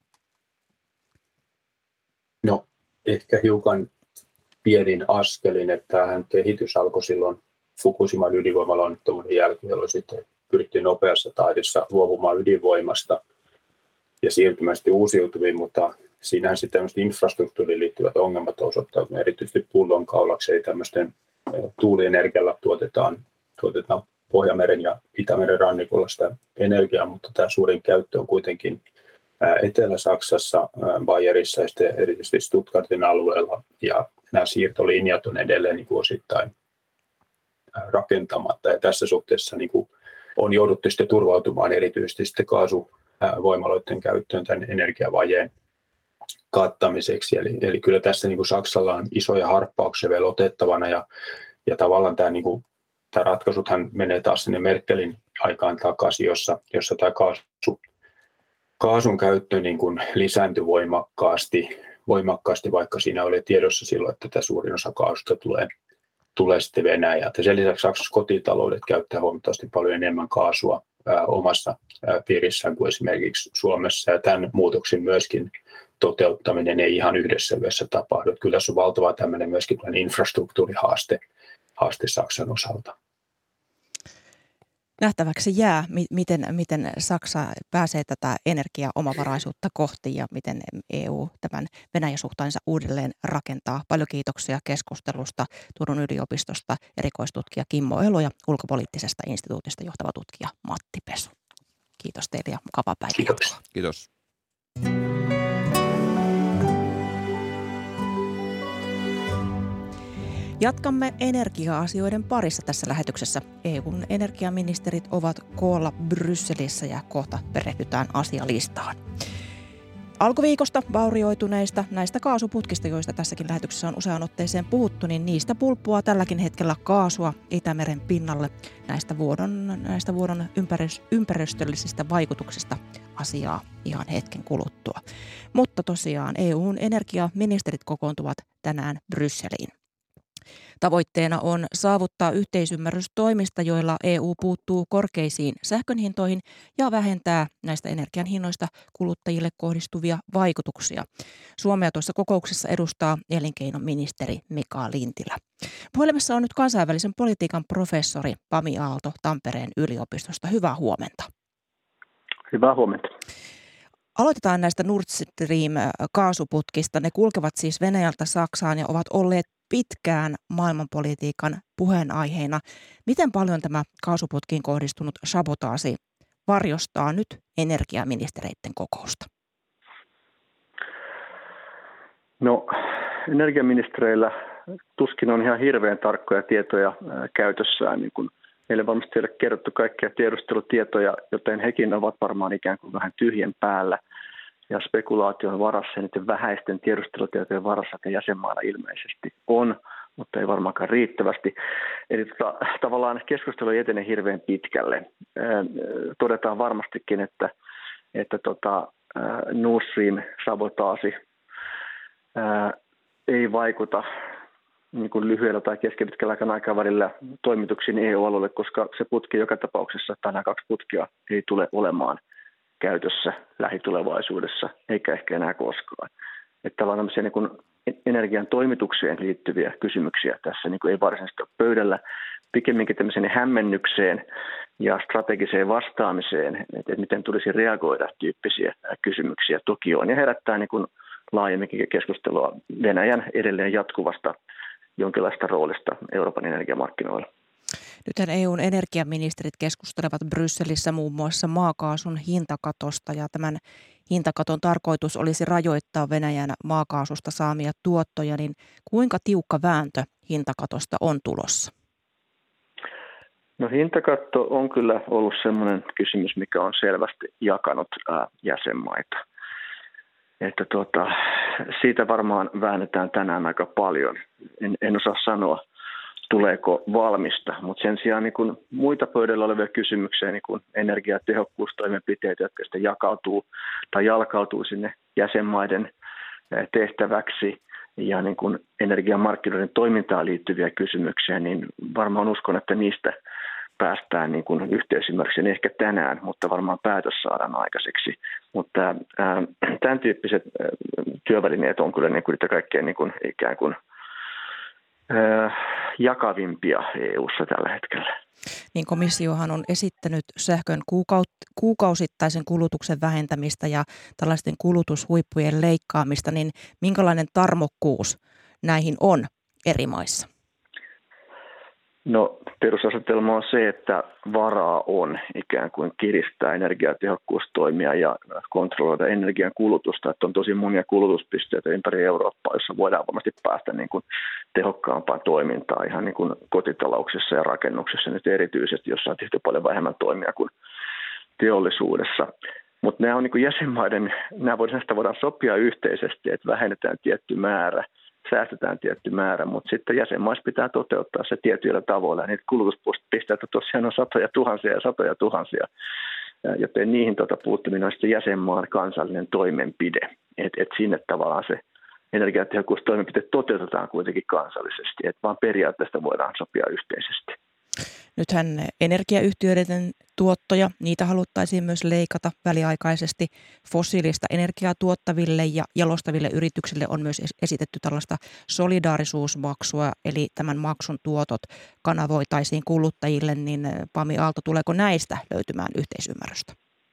No ehkä hiukan pienin askelin, että tämähän kehitys alkoi silloin Fukushiman ydinvoimaonnettomuuden jälkeen, jolloin sitten pyrittiin nopeassa tahdissa luovumaan ydinvoimasta ja siirtymään sitten uusiutuviin, mutta siinähän sitten tämmöiset infrastruktuuriin liittyvät ongelmat osoittautuneet erityisesti pullonkaulaksi, eli tämmöisten tuulienergialla tuotetaan Pohjanmeren ja Itämeren rannikolla sitä energiaa, mutta tämä suurin käyttö on kuitenkin Etelä-Saksassa, Bayerissa ja sitten erityisesti Stuttgartin alueella, ja nämä siirtolinjat on edelleen niin kuin osittain rakentamatta, ja tässä suhteessa niin kuin on jouduttu sitten turvautumaan erityisesti sitten kaasuvoimaloiden käyttöön tämän energiavajeen kattamiseksi, eli kyllä tässä niin kuin Saksalla on isoja harppauksia vielä otettavana, ja tavallaan tämä, niin kuin, tämä ratkaisuthan menee taas sinne Merkelin aikaan takaisin, jossa tämä kaasun käyttö niin kuin lisääntyi voimakkaasti, vaikka siinä oli tiedossa silloin, että tämä suurin osa kaasusta tulee sitten Venäjältä. Sen lisäksi Saksassa kotitaloudet käyttää huomattavasti paljon enemmän kaasua omassa piirissään kuin esimerkiksi Suomessa, ja tämän muutoksen myöskin toteuttaminen ei ihan yhdessä yössä tapahdu. Kyllä tässä on valtava tämmöinen myöskin infrastruktuurihaaste Saksan osalta. Nähtäväksi jää, miten Saksa pääsee tätä energiaomavaraisuutta kohti ja miten EU tämän Venäjä-suhteensa uudelleen rakentaa. Paljon kiitoksia keskustelusta Turun yliopistosta erikoistutkija Kimmo Elo ja ulkopoliittisesta instituutista johtava tutkija Matti Pesu. Kiitos teille ja mukavaa päivää. Kiitos. Jatkamme energia-asioiden parissa tässä lähetyksessä. EU:n energiaministerit ovat koolla Brysselissä ja kohta perehdytään asialistaan. Alkuviikosta vaurioituneista näistä kaasuputkista, joista tässäkin lähetyksessä on useaan otteeseen puhuttu, niin niistä pulppuaa tälläkin hetkellä kaasua Itämeren pinnalle. Näistä vuodon ympäristöllisistä vaikutuksista asiaa ihan hetken kuluttua. Mutta tosiaan EU:n energiaministerit kokoontuvat tänään Brysseliin. Tavoitteena on saavuttaa yhteisymmärrys toimista, joilla EU puuttuu korkeisiin sähkön hintoihin ja vähentää näistä energian hinnoista kuluttajille kohdistuvia vaikutuksia. Suomea tuossa kokouksessa edustaa elinkeinoministeri Mika Lintilä. Puhelimessa on nyt kansainvälisen politiikan professori Pami Aalto Tampereen yliopistosta. Hyvää huomenta. Hyvää huomenta. Aloitetaan näistä Nord Stream-kaasuputkista. Ne kulkevat siis Venäjältä Saksaan ja ovat olleet pitkään maailmanpolitiikan puheenaiheena. Miten paljon tämä kaasuputkiin kohdistunut sabotaasi varjostaa nyt energiaministereiden kokousta? No, energiaministereillä tuskin on ihan hirveän tarkkoja tietoja käytössään. Niin kun meille varmasti ei ole kerrottu kaikkia tiedustelutietoja, joten hekin ovat varmaan ikään kuin vähän tyhjän päällä ja spekulaation varassa ja niiden vähäisten tiedustelutietojen varassa, että jäsenmailla ilmeisesti on, mutta ei varmaankaan riittävästi. Eli tavallaan keskustelu ei etene hirveän pitkälle. Todetaan varmastikin, että Nord Stream-sabotaasi ei vaikuta niin kuin lyhyellä tai keskipitkällä aikavälillä toimituksiin EU-alueelle, koska se putki joka tapauksessa, tai nämä kaksi putkia, ei tule olemaan käytössä lähitulevaisuudessa, eikä ehkä enää koskaan. Että tavallaan tämmöisiä niin kuin energian toimitukseen liittyviä kysymyksiä tässä niin kuin ei varsinaisesti ole pöydällä, pikemminkin tämmöiseen hämmennykseen ja strategiseen vastaamiseen, että miten tulisi reagoida tyyppisiä kysymyksiä toki on, ja herättää niin kuin laajemminkin keskustelua Venäjän edelleen jatkuvasta jonkinlaista roolista Euroopan energiamarkkinoilla. Nythän EUn energiaministerit keskustelevat Brysselissä muun muassa maakaasun hintakatosta ja tämän hintakaton tarkoitus olisi rajoittaa Venäjän maakaasusta saamia tuottoja, niin kuinka tiukka vääntö hintakatosta on tulossa? No hintakatto on kyllä ollut sellainen kysymys, mikä on selvästi jakanut jäsenmaita. Että siitä varmaan väännetään tänään aika paljon. En osaa sanoa, tuleeko valmista, mutta sen sijaan niin kun muita pöydällä olevia kysymyksiä, niin kuin energiatehokkuustoimenpiteitä, jotka sitten jalkautuu sinne jäsenmaiden tehtäväksi, ja niin kuin energiamarkkinoiden toimintaan liittyviä kysymyksiä, niin varmaan uskon, että niistä päästään niin kuin yhteisymmärrykseen ehkä tänään, mutta varmaan päätös saadaan aikaiseksi. Mutta tämän tyyppiset työvälineet on kyllä niin kuin niitä kaikkein niin kuin ikään kuin jakavimpia EU:ssa tällä hetkellä. Niin komissiohan on esittänyt sähkön kuukausittaisen kulutuksen vähentämistä ja tällaisten kulutushuippujen leikkaamista, niin minkälainen tarmokkuus näihin on eri maissa? No perusasetelma on se, että varaa on ikään kuin kiristää energiatehokkuustoimia ja kontrolloida energian kulutusta. Että on tosi monia kulutuspisteitä ympäri Eurooppaa, joissa voidaan varmasti päästä niin kuin tehokkaampaan toimintaan ihan niin kuin kotitalouksissa ja rakennuksissa nyt erityisesti, jossa on tehty paljon vähemmän toimia kuin teollisuudessa. Mutta nämä on niin kuin jäsenmaiden, näistä voidaan sopia yhteisesti, että vähennetään tietty määrä, säästetään tietty määrä, mutta sitten jäsenmaissa pitää toteuttaa se tietyillä tavoilla. Niitä kulutuspisteitä tosiaan on satoja tuhansia, joten niihin puuttuminen on sitten jäsenmaan kansallinen toimenpide. Et sinne tavallaan se energiatehokkuustoimenpide toteutetaan kuitenkin kansallisesti, että vaan periaatteesta voidaan sopia yhteisesti. Nythän energiayhtiöiden tuottoja, niitä haluttaisiin myös leikata väliaikaisesti. Fossiilista energiaa tuottaville ja jalostaville yrityksille on myös esitetty tällaista solidaarisuusmaksua, eli tämän maksun tuotot kanavoitaisiin kuluttajille, niin Pami Aalto, tuleeko näistä löytymään yhteisymmärrystä?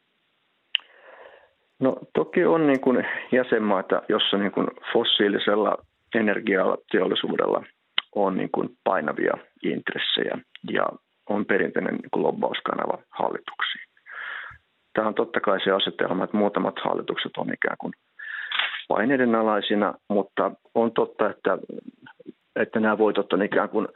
No toki on niin kuin jäsenmaita, jossa niin kuin fossiilisella energiateollisuudella on niin kuin painavia intressejä ja on perinteinen niin kuin lobbauskanava hallituksiin. Tämä on totta kai se asetelma, että muutamat hallitukset on ikään kuin paineiden alaisina, mutta on totta, että nämä voitot on ikään kuin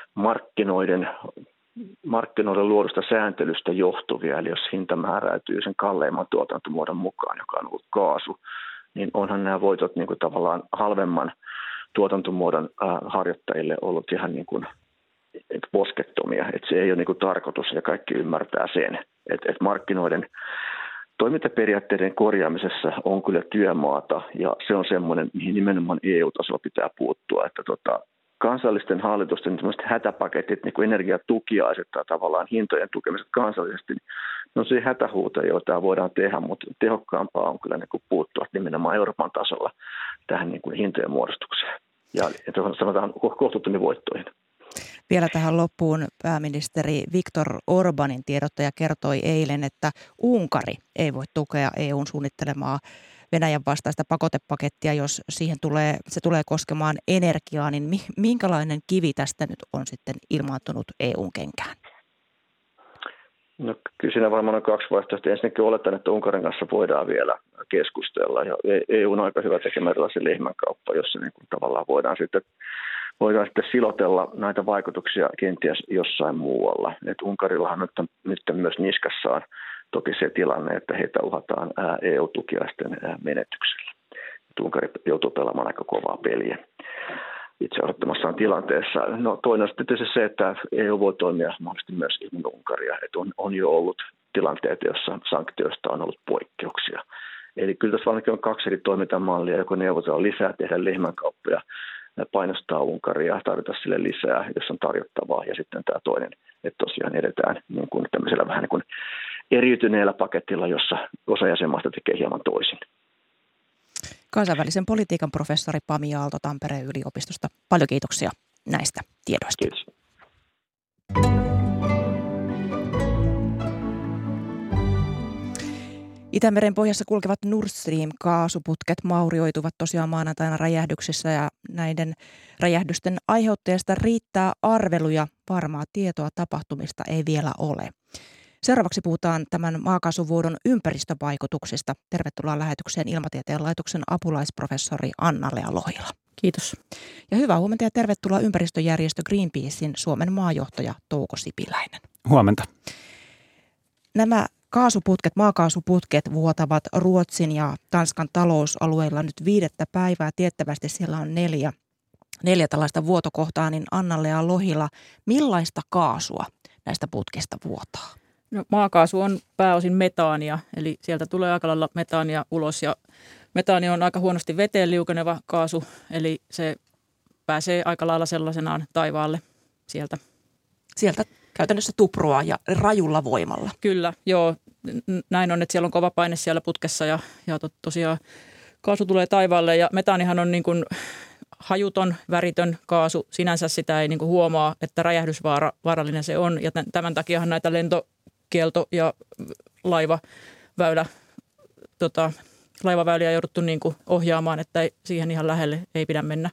markkinoiden luodusta sääntelystä johtuvia. Eli jos hinta määräytyy sen kalleimman tuotantomuodon mukaan, joka on ollut kaasu, niin onhan nämä voitot niin kuin tavallaan halvemman tuotantomuodon harjoittajille ollut ihan niin kuin poskettomia. Että se ei ole niin kuin tarkoitus ja kaikki ymmärtää sen, että markkinoiden toimintaperiaatteiden korjaamisessa on kyllä työmaata ja se on semmoinen, mihin nimenomaan EU-tasolla pitää puuttua, että kansallisten hallitusten hätäpaketit, niin kuin energiatukiaiset tai tavallaan hintojen tukemiset kansallisesti, no se hätähuuto, joita voidaan tehdä, mutta tehokkaampaa on kyllä niin kuin puuttua nimenomaan Euroopan tasolla tähän niin kuin hintojen muodostukseen ja sanotaan kohtuuttomiin voittoihin. Vielä tähän loppuun pääministeri Viktor Orbanin tiedottaja kertoi eilen, että Unkari ei voi tukea EUn suunnittelemaa Venäjän vastaista pakotepakettia, jos se tulee koskemaan energiaa, niin minkälainen kivi tästä nyt on sitten ilmaantunut EUn kenkään? No kyllä siinä varmaan on kaksi vaihtoehtoa. Ensinnäkin oletan, että Unkarin kanssa voidaan vielä keskustella ja EU on aika hyvä tekemään erilaisen lehmänkauppa, jossa niin kuin tavallaan voidaan sitten silotella näitä vaikutuksia kenties jossain muualla. Et Unkarillahan nyt myös niskassaan toki se tilanne, että heitä uhataan EU-tukiaisten menetyksellä. Unkari joutuu pelaamaan aika kovaa peliä itse odottamassaan tilanteessa. No toinen on sitten se, että EU voi toimia mahdollisesti myös ilman Unkaria. Et on jo ollut tilanteita, joissa sanktioista on ollut poikkeuksia. Eli kyllä tässä varmaankin on kaksi eri toimintamallia, joko neuvotella lisää, tehdä lehmänkauppoja, painostaa Unkaria, tarvita sille lisää, jos on tarjottavaa. Ja sitten tämä toinen, että tosiaan edetään niin kuin tämmöisellä vähän niin kuin eriytyneellä paketilla, jossa osa jäsenmaista tekee hieman toisin. Kansainvälisen politiikan professori Pami Aalto Tampereen yliopistosta. Paljon kiitoksia näistä tiedoista. Kiitos. Itämeren pohjassa kulkevat Nord Stream-kaasuputket maurioituvat tosiaan maanantaina räjähdyksissä ja näiden räjähdysten aiheuttajasta riittää arveluja. Varmaa tietoa tapahtumista ei vielä ole. Seuraavaksi puhutaan tämän maakaasuvuodon ympäristövaikutuksista. Tervetuloa lähetykseen Ilmatieteen laitoksen apulaisprofessori Anna-Lea Lohila. Kiitos. Ja hyvää huomenta ja tervetuloa ympäristöjärjestö Greenpeacein Suomen maajohtaja Touko Sipiläinen. Huomenta. Nämä maakaasuputket vuotavat Ruotsin ja Tanskan talousalueilla nyt 5. päivää. Tiettävästi siellä on neljä tällaista vuotokohtaa, niin Anna-Lea Lohila, millaista kaasua näistä putkista vuotaa? No, maakaasu on pääosin metaania, eli sieltä tulee aika lailla metaania ulos ja metaani on aika huonosti veteen liukeneva kaasu, eli se pääsee aika lailla sellaisenaan taivaalle sieltä. Sieltä käytännössä tuproa ja rajulla voimalla. Kyllä, joo. Näin on, että siellä on kova paine siellä putkessa ja tosiaan kaasu tulee taivaalle ja metaanihan on niin kuin hajuton, väritön kaasu. Sinänsä sitä ei niin kuin huomaa, että räjähdysvaarallinen se on ja tämän takiahan näitä lentokielto- ja laivaväyliä jouduttu niin kuin ohjaamaan, että siihen ihan lähelle ei pidä mennä.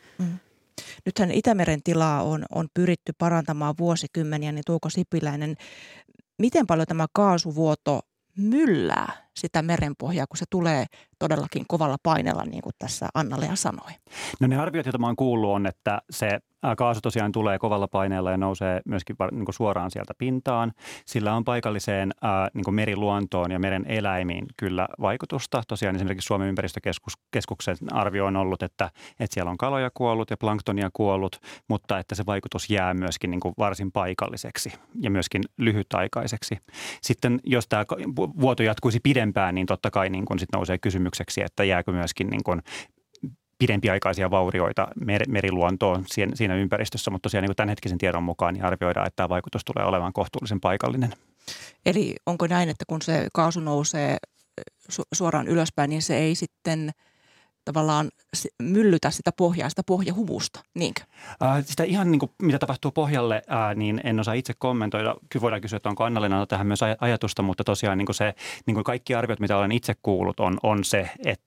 Nythän Itämeren tilaa on pyritty parantamaan vuosikymmeniä, niin Touko Sipiläinen, miten paljon tämä kaasuvuoto myllää sitä merenpohjaa, kun se tulee todellakin kovalla paineella, niin kuin tässä Anna-Lea sanoi? No ne arviot, joita mä oon kuullut, on, että se kaasu tosiaan tulee kovalla paineella ja nousee myöskin niin kuin suoraan sieltä pintaan. Sillä on paikalliseen niin kuin meriluontoon ja meren eläimiin kyllä vaikutusta. Tosiaan esimerkiksi Suomen ympäristökeskuksen arvio on ollut, että siellä on kaloja kuollut ja planktonia kuollut, mutta että se vaikutus jää myöskin niin kuin varsin paikalliseksi ja myöskin lyhytaikaiseksi. Sitten jos tämä vuoto jatkuisi pidempään, niin totta kai niin kuin sit nousee kysymykseksi, että jääkö myöskin niin kuin pidempiaikaisia vaurioita meriluontoon siinä ympäristössä, mutta tosiaan niin kuin tämänhetkisen tiedon mukaan niin arvioidaan, että tämä vaikutus tulee olemaan kohtuullisen paikallinen. Eli onko näin, että kun se kaasu nousee suoraan ylöspäin, niin se ei sitten tavallaan myllytä sitä pohjaa, sitä pohjahumusta, niinkö? Sitä ihan niin kuin, mitä tapahtuu pohjalle, niin en osaa itse kommentoida. Kyllä voidaan kysyä, että onko Anna-Leena tähän myös ajatusta, mutta tosiaan niin kuin se, niin kuin kaikki arviot, mitä olen itse kuullut, on se,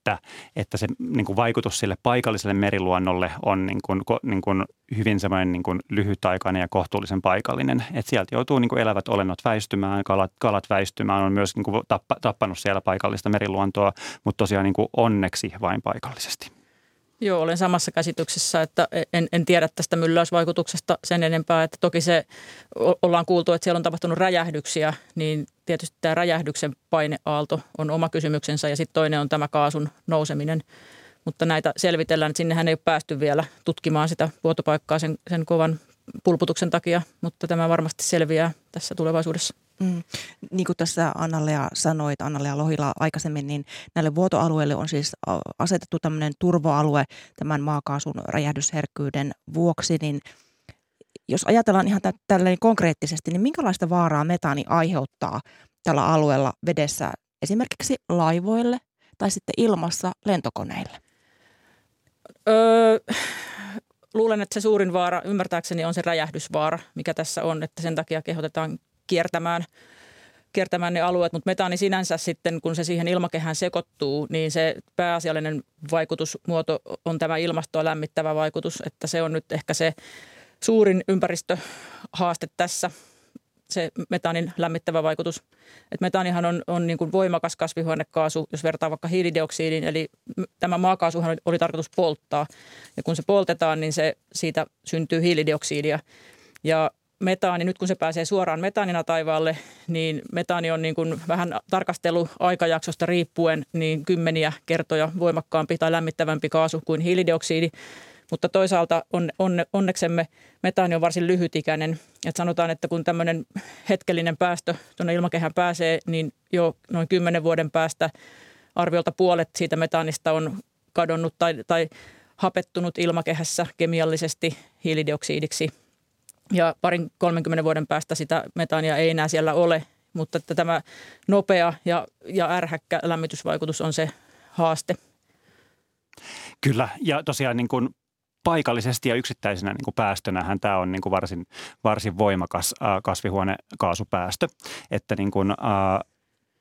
että se niin kuin vaikutus sille paikalliselle meriluonnolle on niin kuin hyvin semmoinen niin kuin lyhytaikainen ja kohtuullisen paikallinen. Että sieltä joutuu niin kuin elävät olennot väistymään, kalat väistymään, on myös niin kuin tappanut siellä paikallista meriluontoa, mutta tosiaan niin kuin onneksi vain paikallisesti. Joo, olen samassa käsityksessä, että en tiedä tästä mylläysvaikutuksesta sen enempää, että toki se ollaan kuultu, että siellä on tapahtunut räjähdyksiä, niin tietysti tämä räjähdyksen paineaalto on oma kysymyksensä ja sitten toinen on tämä kaasun nouseminen. Mutta näitä selvitellään, että sinnehän ei ole päästy vielä tutkimaan sitä vuotopaikkaa sen kovan pulputuksen takia, mutta tämä varmasti selviää tässä tulevaisuudessa. Niin kuin tässä Anna-Lea sanoi, Anna-Lea Lohila aikaisemmin, niin näille vuotoalueille on siis asetettu tämmöinen turvoalue tämän maakaasun räjähdysherkkyyden vuoksi, niin jos ajatellaan ihan tällainen konkreettisesti, niin minkälaista vaaraa metaani aiheuttaa tällä alueella vedessä esimerkiksi laivoille tai sitten ilmassa lentokoneille? Luulen, että se suurin vaara ymmärtääkseni on se räjähdysvaara, mikä tässä on, että sen takia kehotetaan kiertämään ne alueet, mutta metaani sinänsä sitten, kun se siihen ilmakehään sekoittuu, niin se pääasiallinen vaikutusmuoto on tämä ilmastoa lämmittävä vaikutus, että se on nyt ehkä se suurin ympäristöhaaste tässä, se metaanin lämmittävä vaikutus. Et metaanihan on niin kuin voimakas kasvihuonekaasu, jos vertaa vaikka hiilidioksidiin, eli tämä maakaasuhan oli tarkoitus polttaa, ja kun se poltetaan, niin siitä syntyy hiilidioksidia, ja metaani, nyt kun se pääsee suoraan metaanina taivaalle, niin metaani on niin kuin vähän tarkasteluaikajaksosta riippuen niin kymmeniä kertoja voimakkaampi tai lämmittävämpi kaasu kuin hiilidioksidi. Mutta toisaalta onneksemme metaani on varsin lyhytikäinen. Et sanotaan, että kun tämmöinen hetkellinen päästö tuonne ilmakehään pääsee, niin jo noin 10 vuoden päästä arviolta puolet siitä metaanista on kadonnut tai hapettunut ilmakehässä kemiallisesti hiilidioksidiksi. Ja 20-30 vuoden päästä sitä metaania ei enää siellä ole, mutta että tämä nopea ja ärhäkkä lämmitysvaikutus on se haaste. Kyllä, ja tosiaan niin kuin paikallisesti ja yksittäisenä niin kuin päästönähän tämä on niin kuin varsin voimakas kasvihuonekaasupäästö, että niin kuin,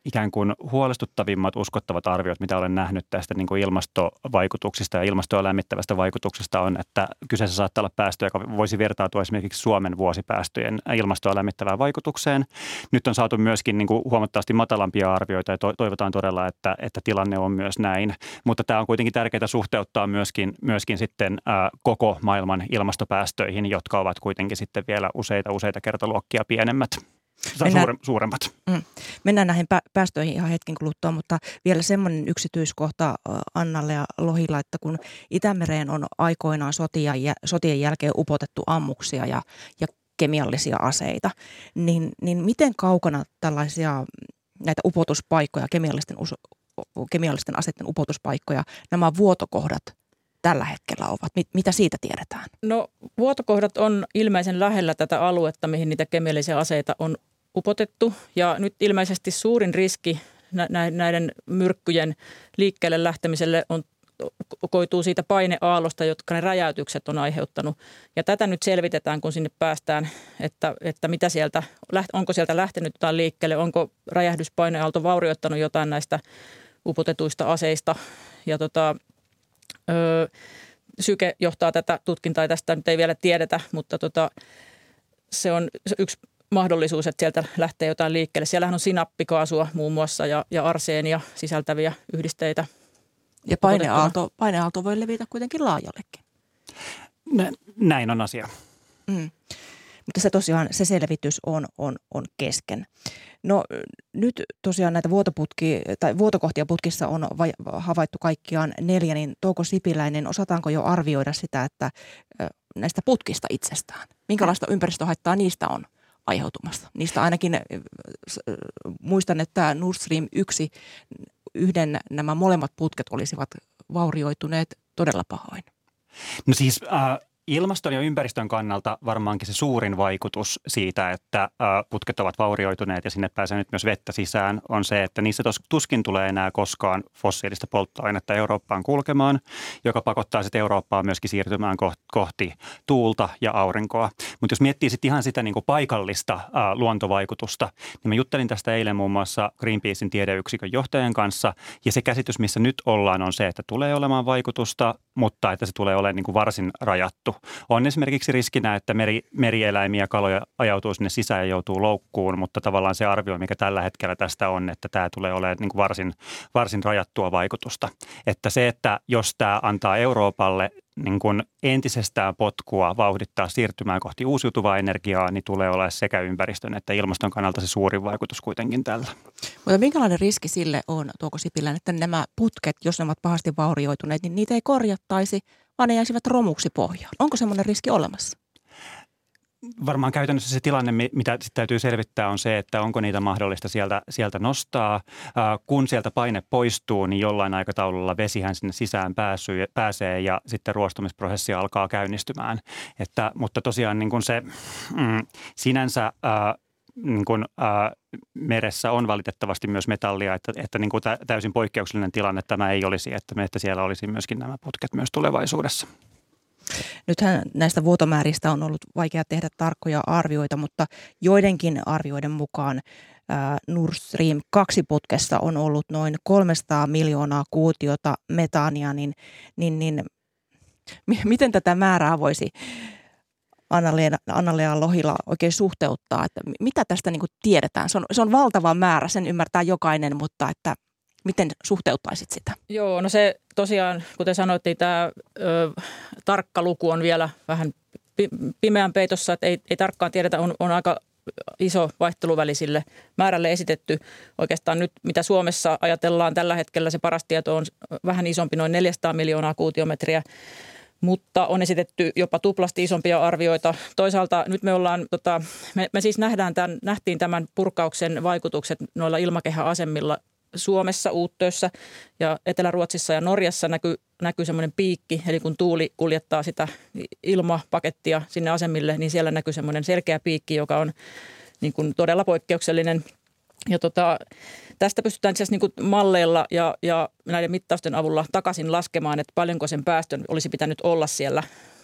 ikään kuin huolestuttavimmat uskottavat arviot, mitä olen nähnyt tästä niin kuin ilmastovaikutuksista ja ilmastoa lämmittävästä vaikutuksesta on, että kyseessä saattaa olla päästö, joka voisi vertautua esimerkiksi Suomen vuosipäästöjen ilmastoa lämmittävään vaikutukseen. Nyt on saatu myöskin niin kuin huomattavasti matalampia arvioita ja toivotaan todella, että tilanne on myös näin. Mutta tämä on kuitenkin tärkeää suhteuttaa myöskin sitten koko maailman ilmastopäästöihin, jotka ovat kuitenkin sitten vielä useita kertaluokkia pienemmät. Suuremmat. Mennään näihin päästöihin ihan hetken kuluttua, mutta vielä semmoinen yksityiskohta Annalle ja Lohila, että kun Itämereen on aikoinaan sotien jälkeen upotettu ammuksia ja kemiallisia aseita, niin miten kaukana näitä upotuspaikkoja, kemiallisten aseiden upotuspaikkoja, nämä vuotokohdat tällä hetkellä ovat? Mitä siitä tiedetään? No vuotokohdat on ilmeisen lähellä tätä aluetta, mihin niitä kemiallisia aseita on upotettu. Ja nyt ilmeisesti suurin riski näiden myrkkyjen liikkeelle lähtemiselle koituu siitä paineaallosta, jotka ne räjäytykset on aiheuttanut. Ja tätä nyt selvitetään, kun sinne päästään, että mitä onko sieltä lähtenyt jotain liikkeelle, onko räjähdyspaineaalto vaurioittanut jotain näistä upotetuista aseista. Ja Syke johtaa tätä tutkintaa, tästä nyt ei vielä tiedetä, mutta se on yksi mahdollisuus, että sieltä lähtee jotain liikkeelle. Siellähän on sinappikaasua muun muassa ja arseenia sisältäviä yhdisteitä. Ja paineaalto voi levitä kuitenkin laajallekin. Näin on asia. Mutta se tosiaan, se selvitys on kesken. No nyt tosiaan näitä vuotokohtia putkissa on havaittu kaikkiaan 4, niin Touko Sipiläinen, osataanko jo arvioida sitä, että näistä putkista itsestään? Minkälaista ympäristöhaittaa niistä on aiheutumassa? Niistä ainakin muistan, että Nord Stream 1, nämä molemmat putket olisivat vaurioituneet todella pahoin. No siis ilmaston ja ympäristön kannalta varmaankin se suurin vaikutus siitä, että putket ovat vaurioituneet ja sinne pääsee nyt myös vettä sisään, on se, että niissä tuskin tulee enää koskaan fossiilista polttoainetta Eurooppaan kulkemaan, joka pakottaa sitten Eurooppaa myöskin siirtymään kohti tuulta ja aurinkoa. Mutta jos miettii sitten ihan sitä niin kuin paikallista luontovaikutusta, niin mä juttelin tästä eilen muun muassa Greenpeacein tiedeyksikön johtajan kanssa, ja se käsitys, missä nyt ollaan, on se, että tulee olemaan vaikutusta, mutta että se tulee olemaan niin kuin varsin rajattu. On esimerkiksi riskinä, että merieläimiä ja kaloja ajautuu sinne sisään ja joutuu loukkuun, mutta tavallaan se arvio, mikä tällä hetkellä tästä on, että tämä tulee olemaan niin kuin varsin rajattua vaikutusta. Että se, että jos tämä antaa Euroopalle niin kuin entisestään potkua vauhdittaa siirtymään kohti uusiutuvaa energiaa, niin tulee olemaan sekä ympäristön että ilmaston kannalta se suurin vaikutus kuitenkin tällä. Mutta minkälainen riski sille on, Touko Sipilän, että nämä putket, jos ne ovat pahasti vaurioituneet, niin niitä ei korjattaisi, vaan ne jäisivät romuksi pohjaan? Onko semmoinen riski olemassa? Varmaan käytännössä se tilanne, mitä sitten täytyy selvittää, on se, että onko niitä mahdollista sieltä nostaa. Kun sieltä paine poistuu, niin jollain aikataululla vesihän sinne sisään pääsee ja sitten ruostumisprosessi alkaa käynnistymään. Mutta tosiaan niin kuin se sinänsä niin kuin, meressä on valitettavasti myös metallia, että niin kuin täysin poikkeuksellinen tilanne tämä ei olisi, että siellä olisi myöskin nämä putket myös tulevaisuudessa. Nythän näistä vuotomääristä on ollut vaikea tehdä tarkkoja arvioita, mutta joidenkin arvioiden mukaan Nord Stream 2 putkessa on ollut noin 300 miljoonaa kuutiota metaania, niin miten tätä määrää voisi Anna-Leena Lohila oikein suhteuttaa, että mitä tästä niin kuin tiedetään? Se on valtava määrä, sen ymmärtää jokainen, mutta että miten suhteuttaisit sitä? Joo, no se tosiaan, kuten sanoit, niin tämä tarkka luku on vielä vähän pimeän peitossa, että ei tarkkaan tiedetä, on aika iso vaihteluväli sille määrälle esitetty. Oikeastaan nyt, mitä Suomessa ajatellaan tällä hetkellä, se paras tieto on vähän isompi, noin 400 miljoonaa kuutiometriä, mutta on esitetty jopa tuplasti isompia arvioita. Toisaalta nyt me ollaan, me siis nähtiin tämän purkauksen vaikutukset noilla ilmakehäasemilla Suomessa, Uuttössä ja Etelä-Ruotsissa ja Norjassa näkyy semmoinen piikki, eli kun tuuli kuljettaa sitä ilmapakettia sinne asemille, niin siellä näkyy semmoinen selkeä piikki, joka on niin kuin todella poikkeuksellinen. Ja tästä pystytään itse asiassa niin kuin malleilla ja näiden mittausten avulla takaisin laskemaan, että paljonko sen päästön olisi pitänyt olla siellä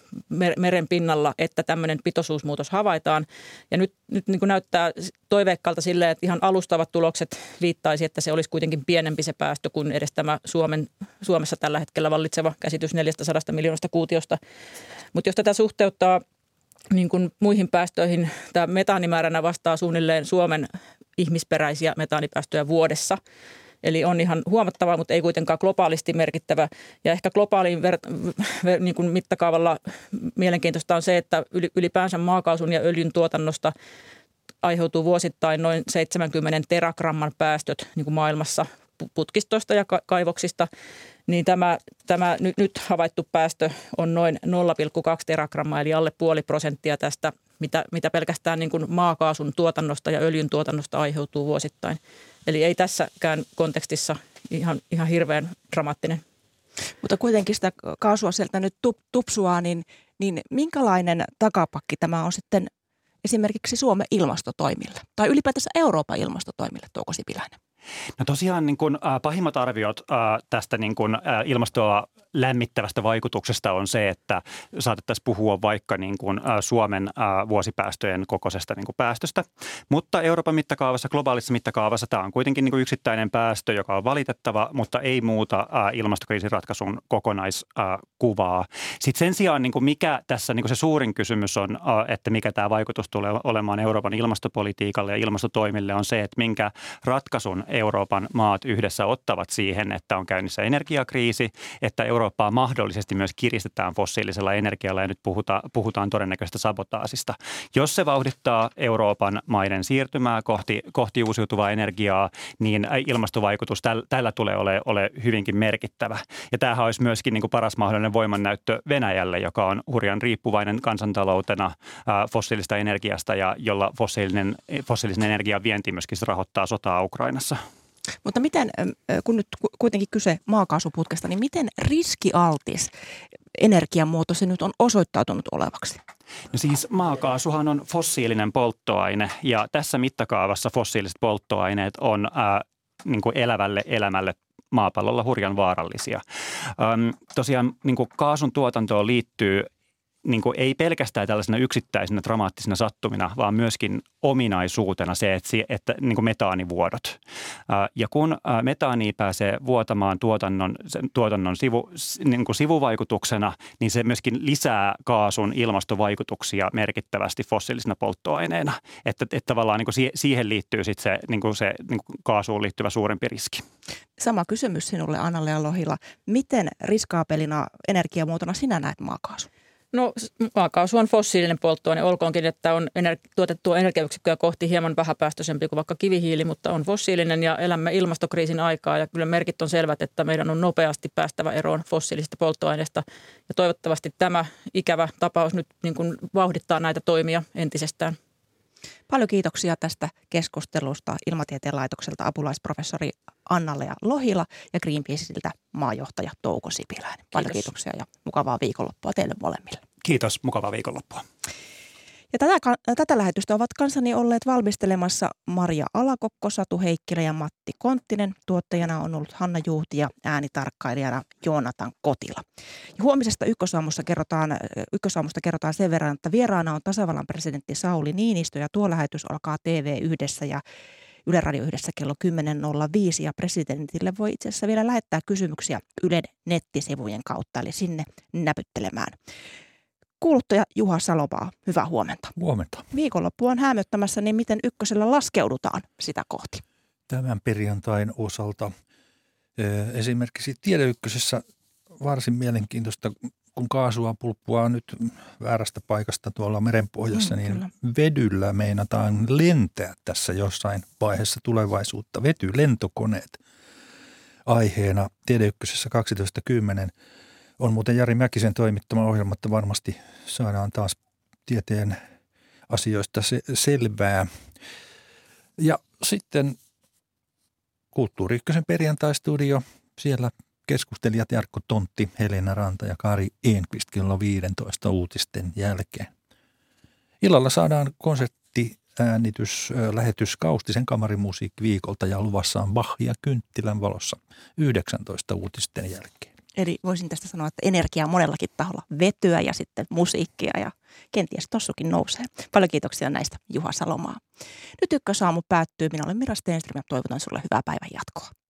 meren pinnalla, että tämmöinen pitoisuusmuutos havaitaan. Ja nyt niin kuin näyttää toiveikkaalta silleen, että ihan alustavat tulokset viittaisi, että se olisi kuitenkin pienempi se päästö kuin edes tämä Suomessa tällä hetkellä vallitseva käsitys 400 miljoonasta kuutiosta. Mutta jos tätä suhteuttaa niin kuin muihin päästöihin, tämä metaanimääränä vastaa suunnilleen Suomen ihmisperäisiä metaanipäästöjä vuodessa. Eli on ihan huomattavaa, mutta ei kuitenkaan globaalisti merkittävä. Ja ehkä globaalin niin kuin mittakaavalla mielenkiintoista on se, että ylipäänsä maakaasun ja öljyn tuotannosta aiheutuu vuosittain noin 70 terakramman päästöt niin kuin maailmassa putkistoista ja kaivoksista. Niin tämä nyt havaittu päästö on noin 0,2 terakrammaa, eli alle 0,5% tästä, mitä pelkästään niin kuin maakaasun tuotannosta ja öljyn tuotannosta aiheutuu vuosittain. Eli ei tässäkään kontekstissa ihan hirveän dramaattinen. Mutta kuitenkin sitä kaasua sieltä nyt tupsuaa, niin minkälainen takapakki tämä on sitten esimerkiksi Suomen ilmastotoimille tai ylipäätänsä Euroopan ilmastotoimille, Touko Sipiläinen? No tosiaan niin kuin, pahimmat arviot tästä niin kuin, ilmastoa lämmittävästä vaikutuksesta on se, että saatettaisiin puhua vaikka niin kuin, Suomen vuosipäästöjen kokoisesta niin kuin päästöstä. Mutta Euroopan mittakaavassa, globaalissa mittakaavassa tämä on kuitenkin niin kuin yksittäinen päästö, joka on valitettava, mutta ei muuta ilmastokriisin ratkaisun kokonaiskuvaa. Sitten sen sijaan niin kuin mikä tässä niin kuin se suurin kysymys on, että mikä tämä vaikutus tulee olemaan Euroopan ilmastopolitiikalle ja ilmastotoimille on se, että minkä ratkaisun Euroopan maat yhdessä ottavat siihen, että on käynnissä energiakriisi, että Eurooppaa mahdollisesti myös kiristetään fossiilisella energialla ja nyt puhutaan todennäköistä sabotaasista. Jos se vauhdittaa Euroopan maiden siirtymää kohti uusiutuvaa energiaa, niin ilmastovaikutus tällä tulee ole hyvinkin merkittävä. Ja tämähän olisi myöskin niin kuin paras mahdollinen voimannäyttö Venäjälle, joka on hurjan riippuvainen kansantaloutena fossiilista energiasta ja jolla fossiilisen energian vienti myöskin rahoittaa sotaa Ukrainassa. Mutta miten, kun nyt kuitenkin kyse maakaasuputkesta, niin miten riskialtis energiamuoto se nyt on osoittautunut olevaksi? No siis maakaasuhan on fossiilinen polttoaine ja tässä mittakaavassa fossiiliset polttoaineet on niin kuin elävälle elämälle maapallolla hurjan vaarallisia. Tosiaan niin kuin kaasun tuotantoon liittyy niin kuin ei pelkästään tällaisena yksittäisenä dramaattisena sattumina, vaan myöskin ominaisuutena se, että niin kuin metaanivuodot. Ja kun metaani pääsee vuotamaan tuotannon niin kuin sivuvaikutuksena, niin se myöskin lisää kaasun ilmastovaikutuksia merkittävästi fossiilisena polttoaineena. Että tavallaan niin kuin siihen liittyy sitten se, niin kuin kaasuun liittyvä suurempi riski. Sama kysymys sinulle, Anna-Lea Lohila. Miten riskaapelina energiamuotona sinä näet maakaasun? No maakaasu on fossiilinen polttoaine, olkoonkin, että on tuotettua energiayksikköä kohti hieman vähäpäästöisempi kuin vaikka kivihiili, mutta on fossiilinen ja elämme ilmastokriisin aikaa ja kyllä merkit on selvät, että meidän on nopeasti päästävä eroon fossiilisista polttoaineista ja toivottavasti tämä ikävä tapaus nyt niin kuin vauhdittaa näitä toimia entisestään. Paljon kiitoksia tästä keskustelusta Ilmatieteen laitokselta apulaisprofessori Anna-Lea Lohila ja Greenpeaceiltä maajohtaja Touko Sipiläinen. Paljon kiitoksia ja mukavaa viikonloppua teille molemmille. Kiitos, mukavaa viikonloppua. Ja tätä lähetystä ovat kanssani olleet valmistelemassa Maria Alakokko, Satu Heikkilä ja Matti Konttinen. Tuottajana on ollut Hanna Juhti ja äänitarkkailijana Joonatan Kotila. Ja huomisesta Ykkösaamusta kerrotaan sen verran, että vieraana on tasavallan presidentti Sauli Niinistö ja tuo lähetys alkaa TV1 ja Yle Radio 1 kello 10.05 ja presidentille voi itse asiassa vielä lähettää kysymyksiä Ylen nettisivujen kautta, eli sinne näpyttelemään. Kuuluttaja Juha Salomaa, hyvää huomenta. Huomenta. Viikonloppu on häämöttämässä, niin miten Ykkösellä laskeudutaan sitä kohti? Tämän perjantain osalta esimerkiksi Tiede Ykkösessä varsin mielenkiintoista, kun kaasua pulppuaa nyt väärästä paikasta tuolla merenpohjassa, niin kyllä. Vedyllä meinataan lentää tässä jossain vaiheessa tulevaisuutta. Vetylentokoneet aiheena Tiede Ykkösessä 12.10. On muuten Jari Mäkisen toimittama ohjelma, että varmasti saadaan taas tieteen asioista selvää. Ja sitten Kulttuuri Ykkösen perjantaistudio, siellä keskustelijat Jarkko Tontti, Helena Ranta ja Kari Enqvist kello 15 uutisten jälkeen. Illalla saadaan konserttiäänitys, lähetys Kaustisen kamarimusiikkiviikolta ja luvassa on Bach ja Kynttilän valossa 19 uutisten jälkeen. Eli voisin tästä sanoa, että energiaa monellakin taholla, vetyä ja sitten musiikkia ja kenties tossukin nousee. Paljon kiitoksia näistä, Juha Salomaa. Nyt Ykkösaamu päättyy. Minä olen Mira Stenström ja toivotan sulle hyvää päivän jatkoa.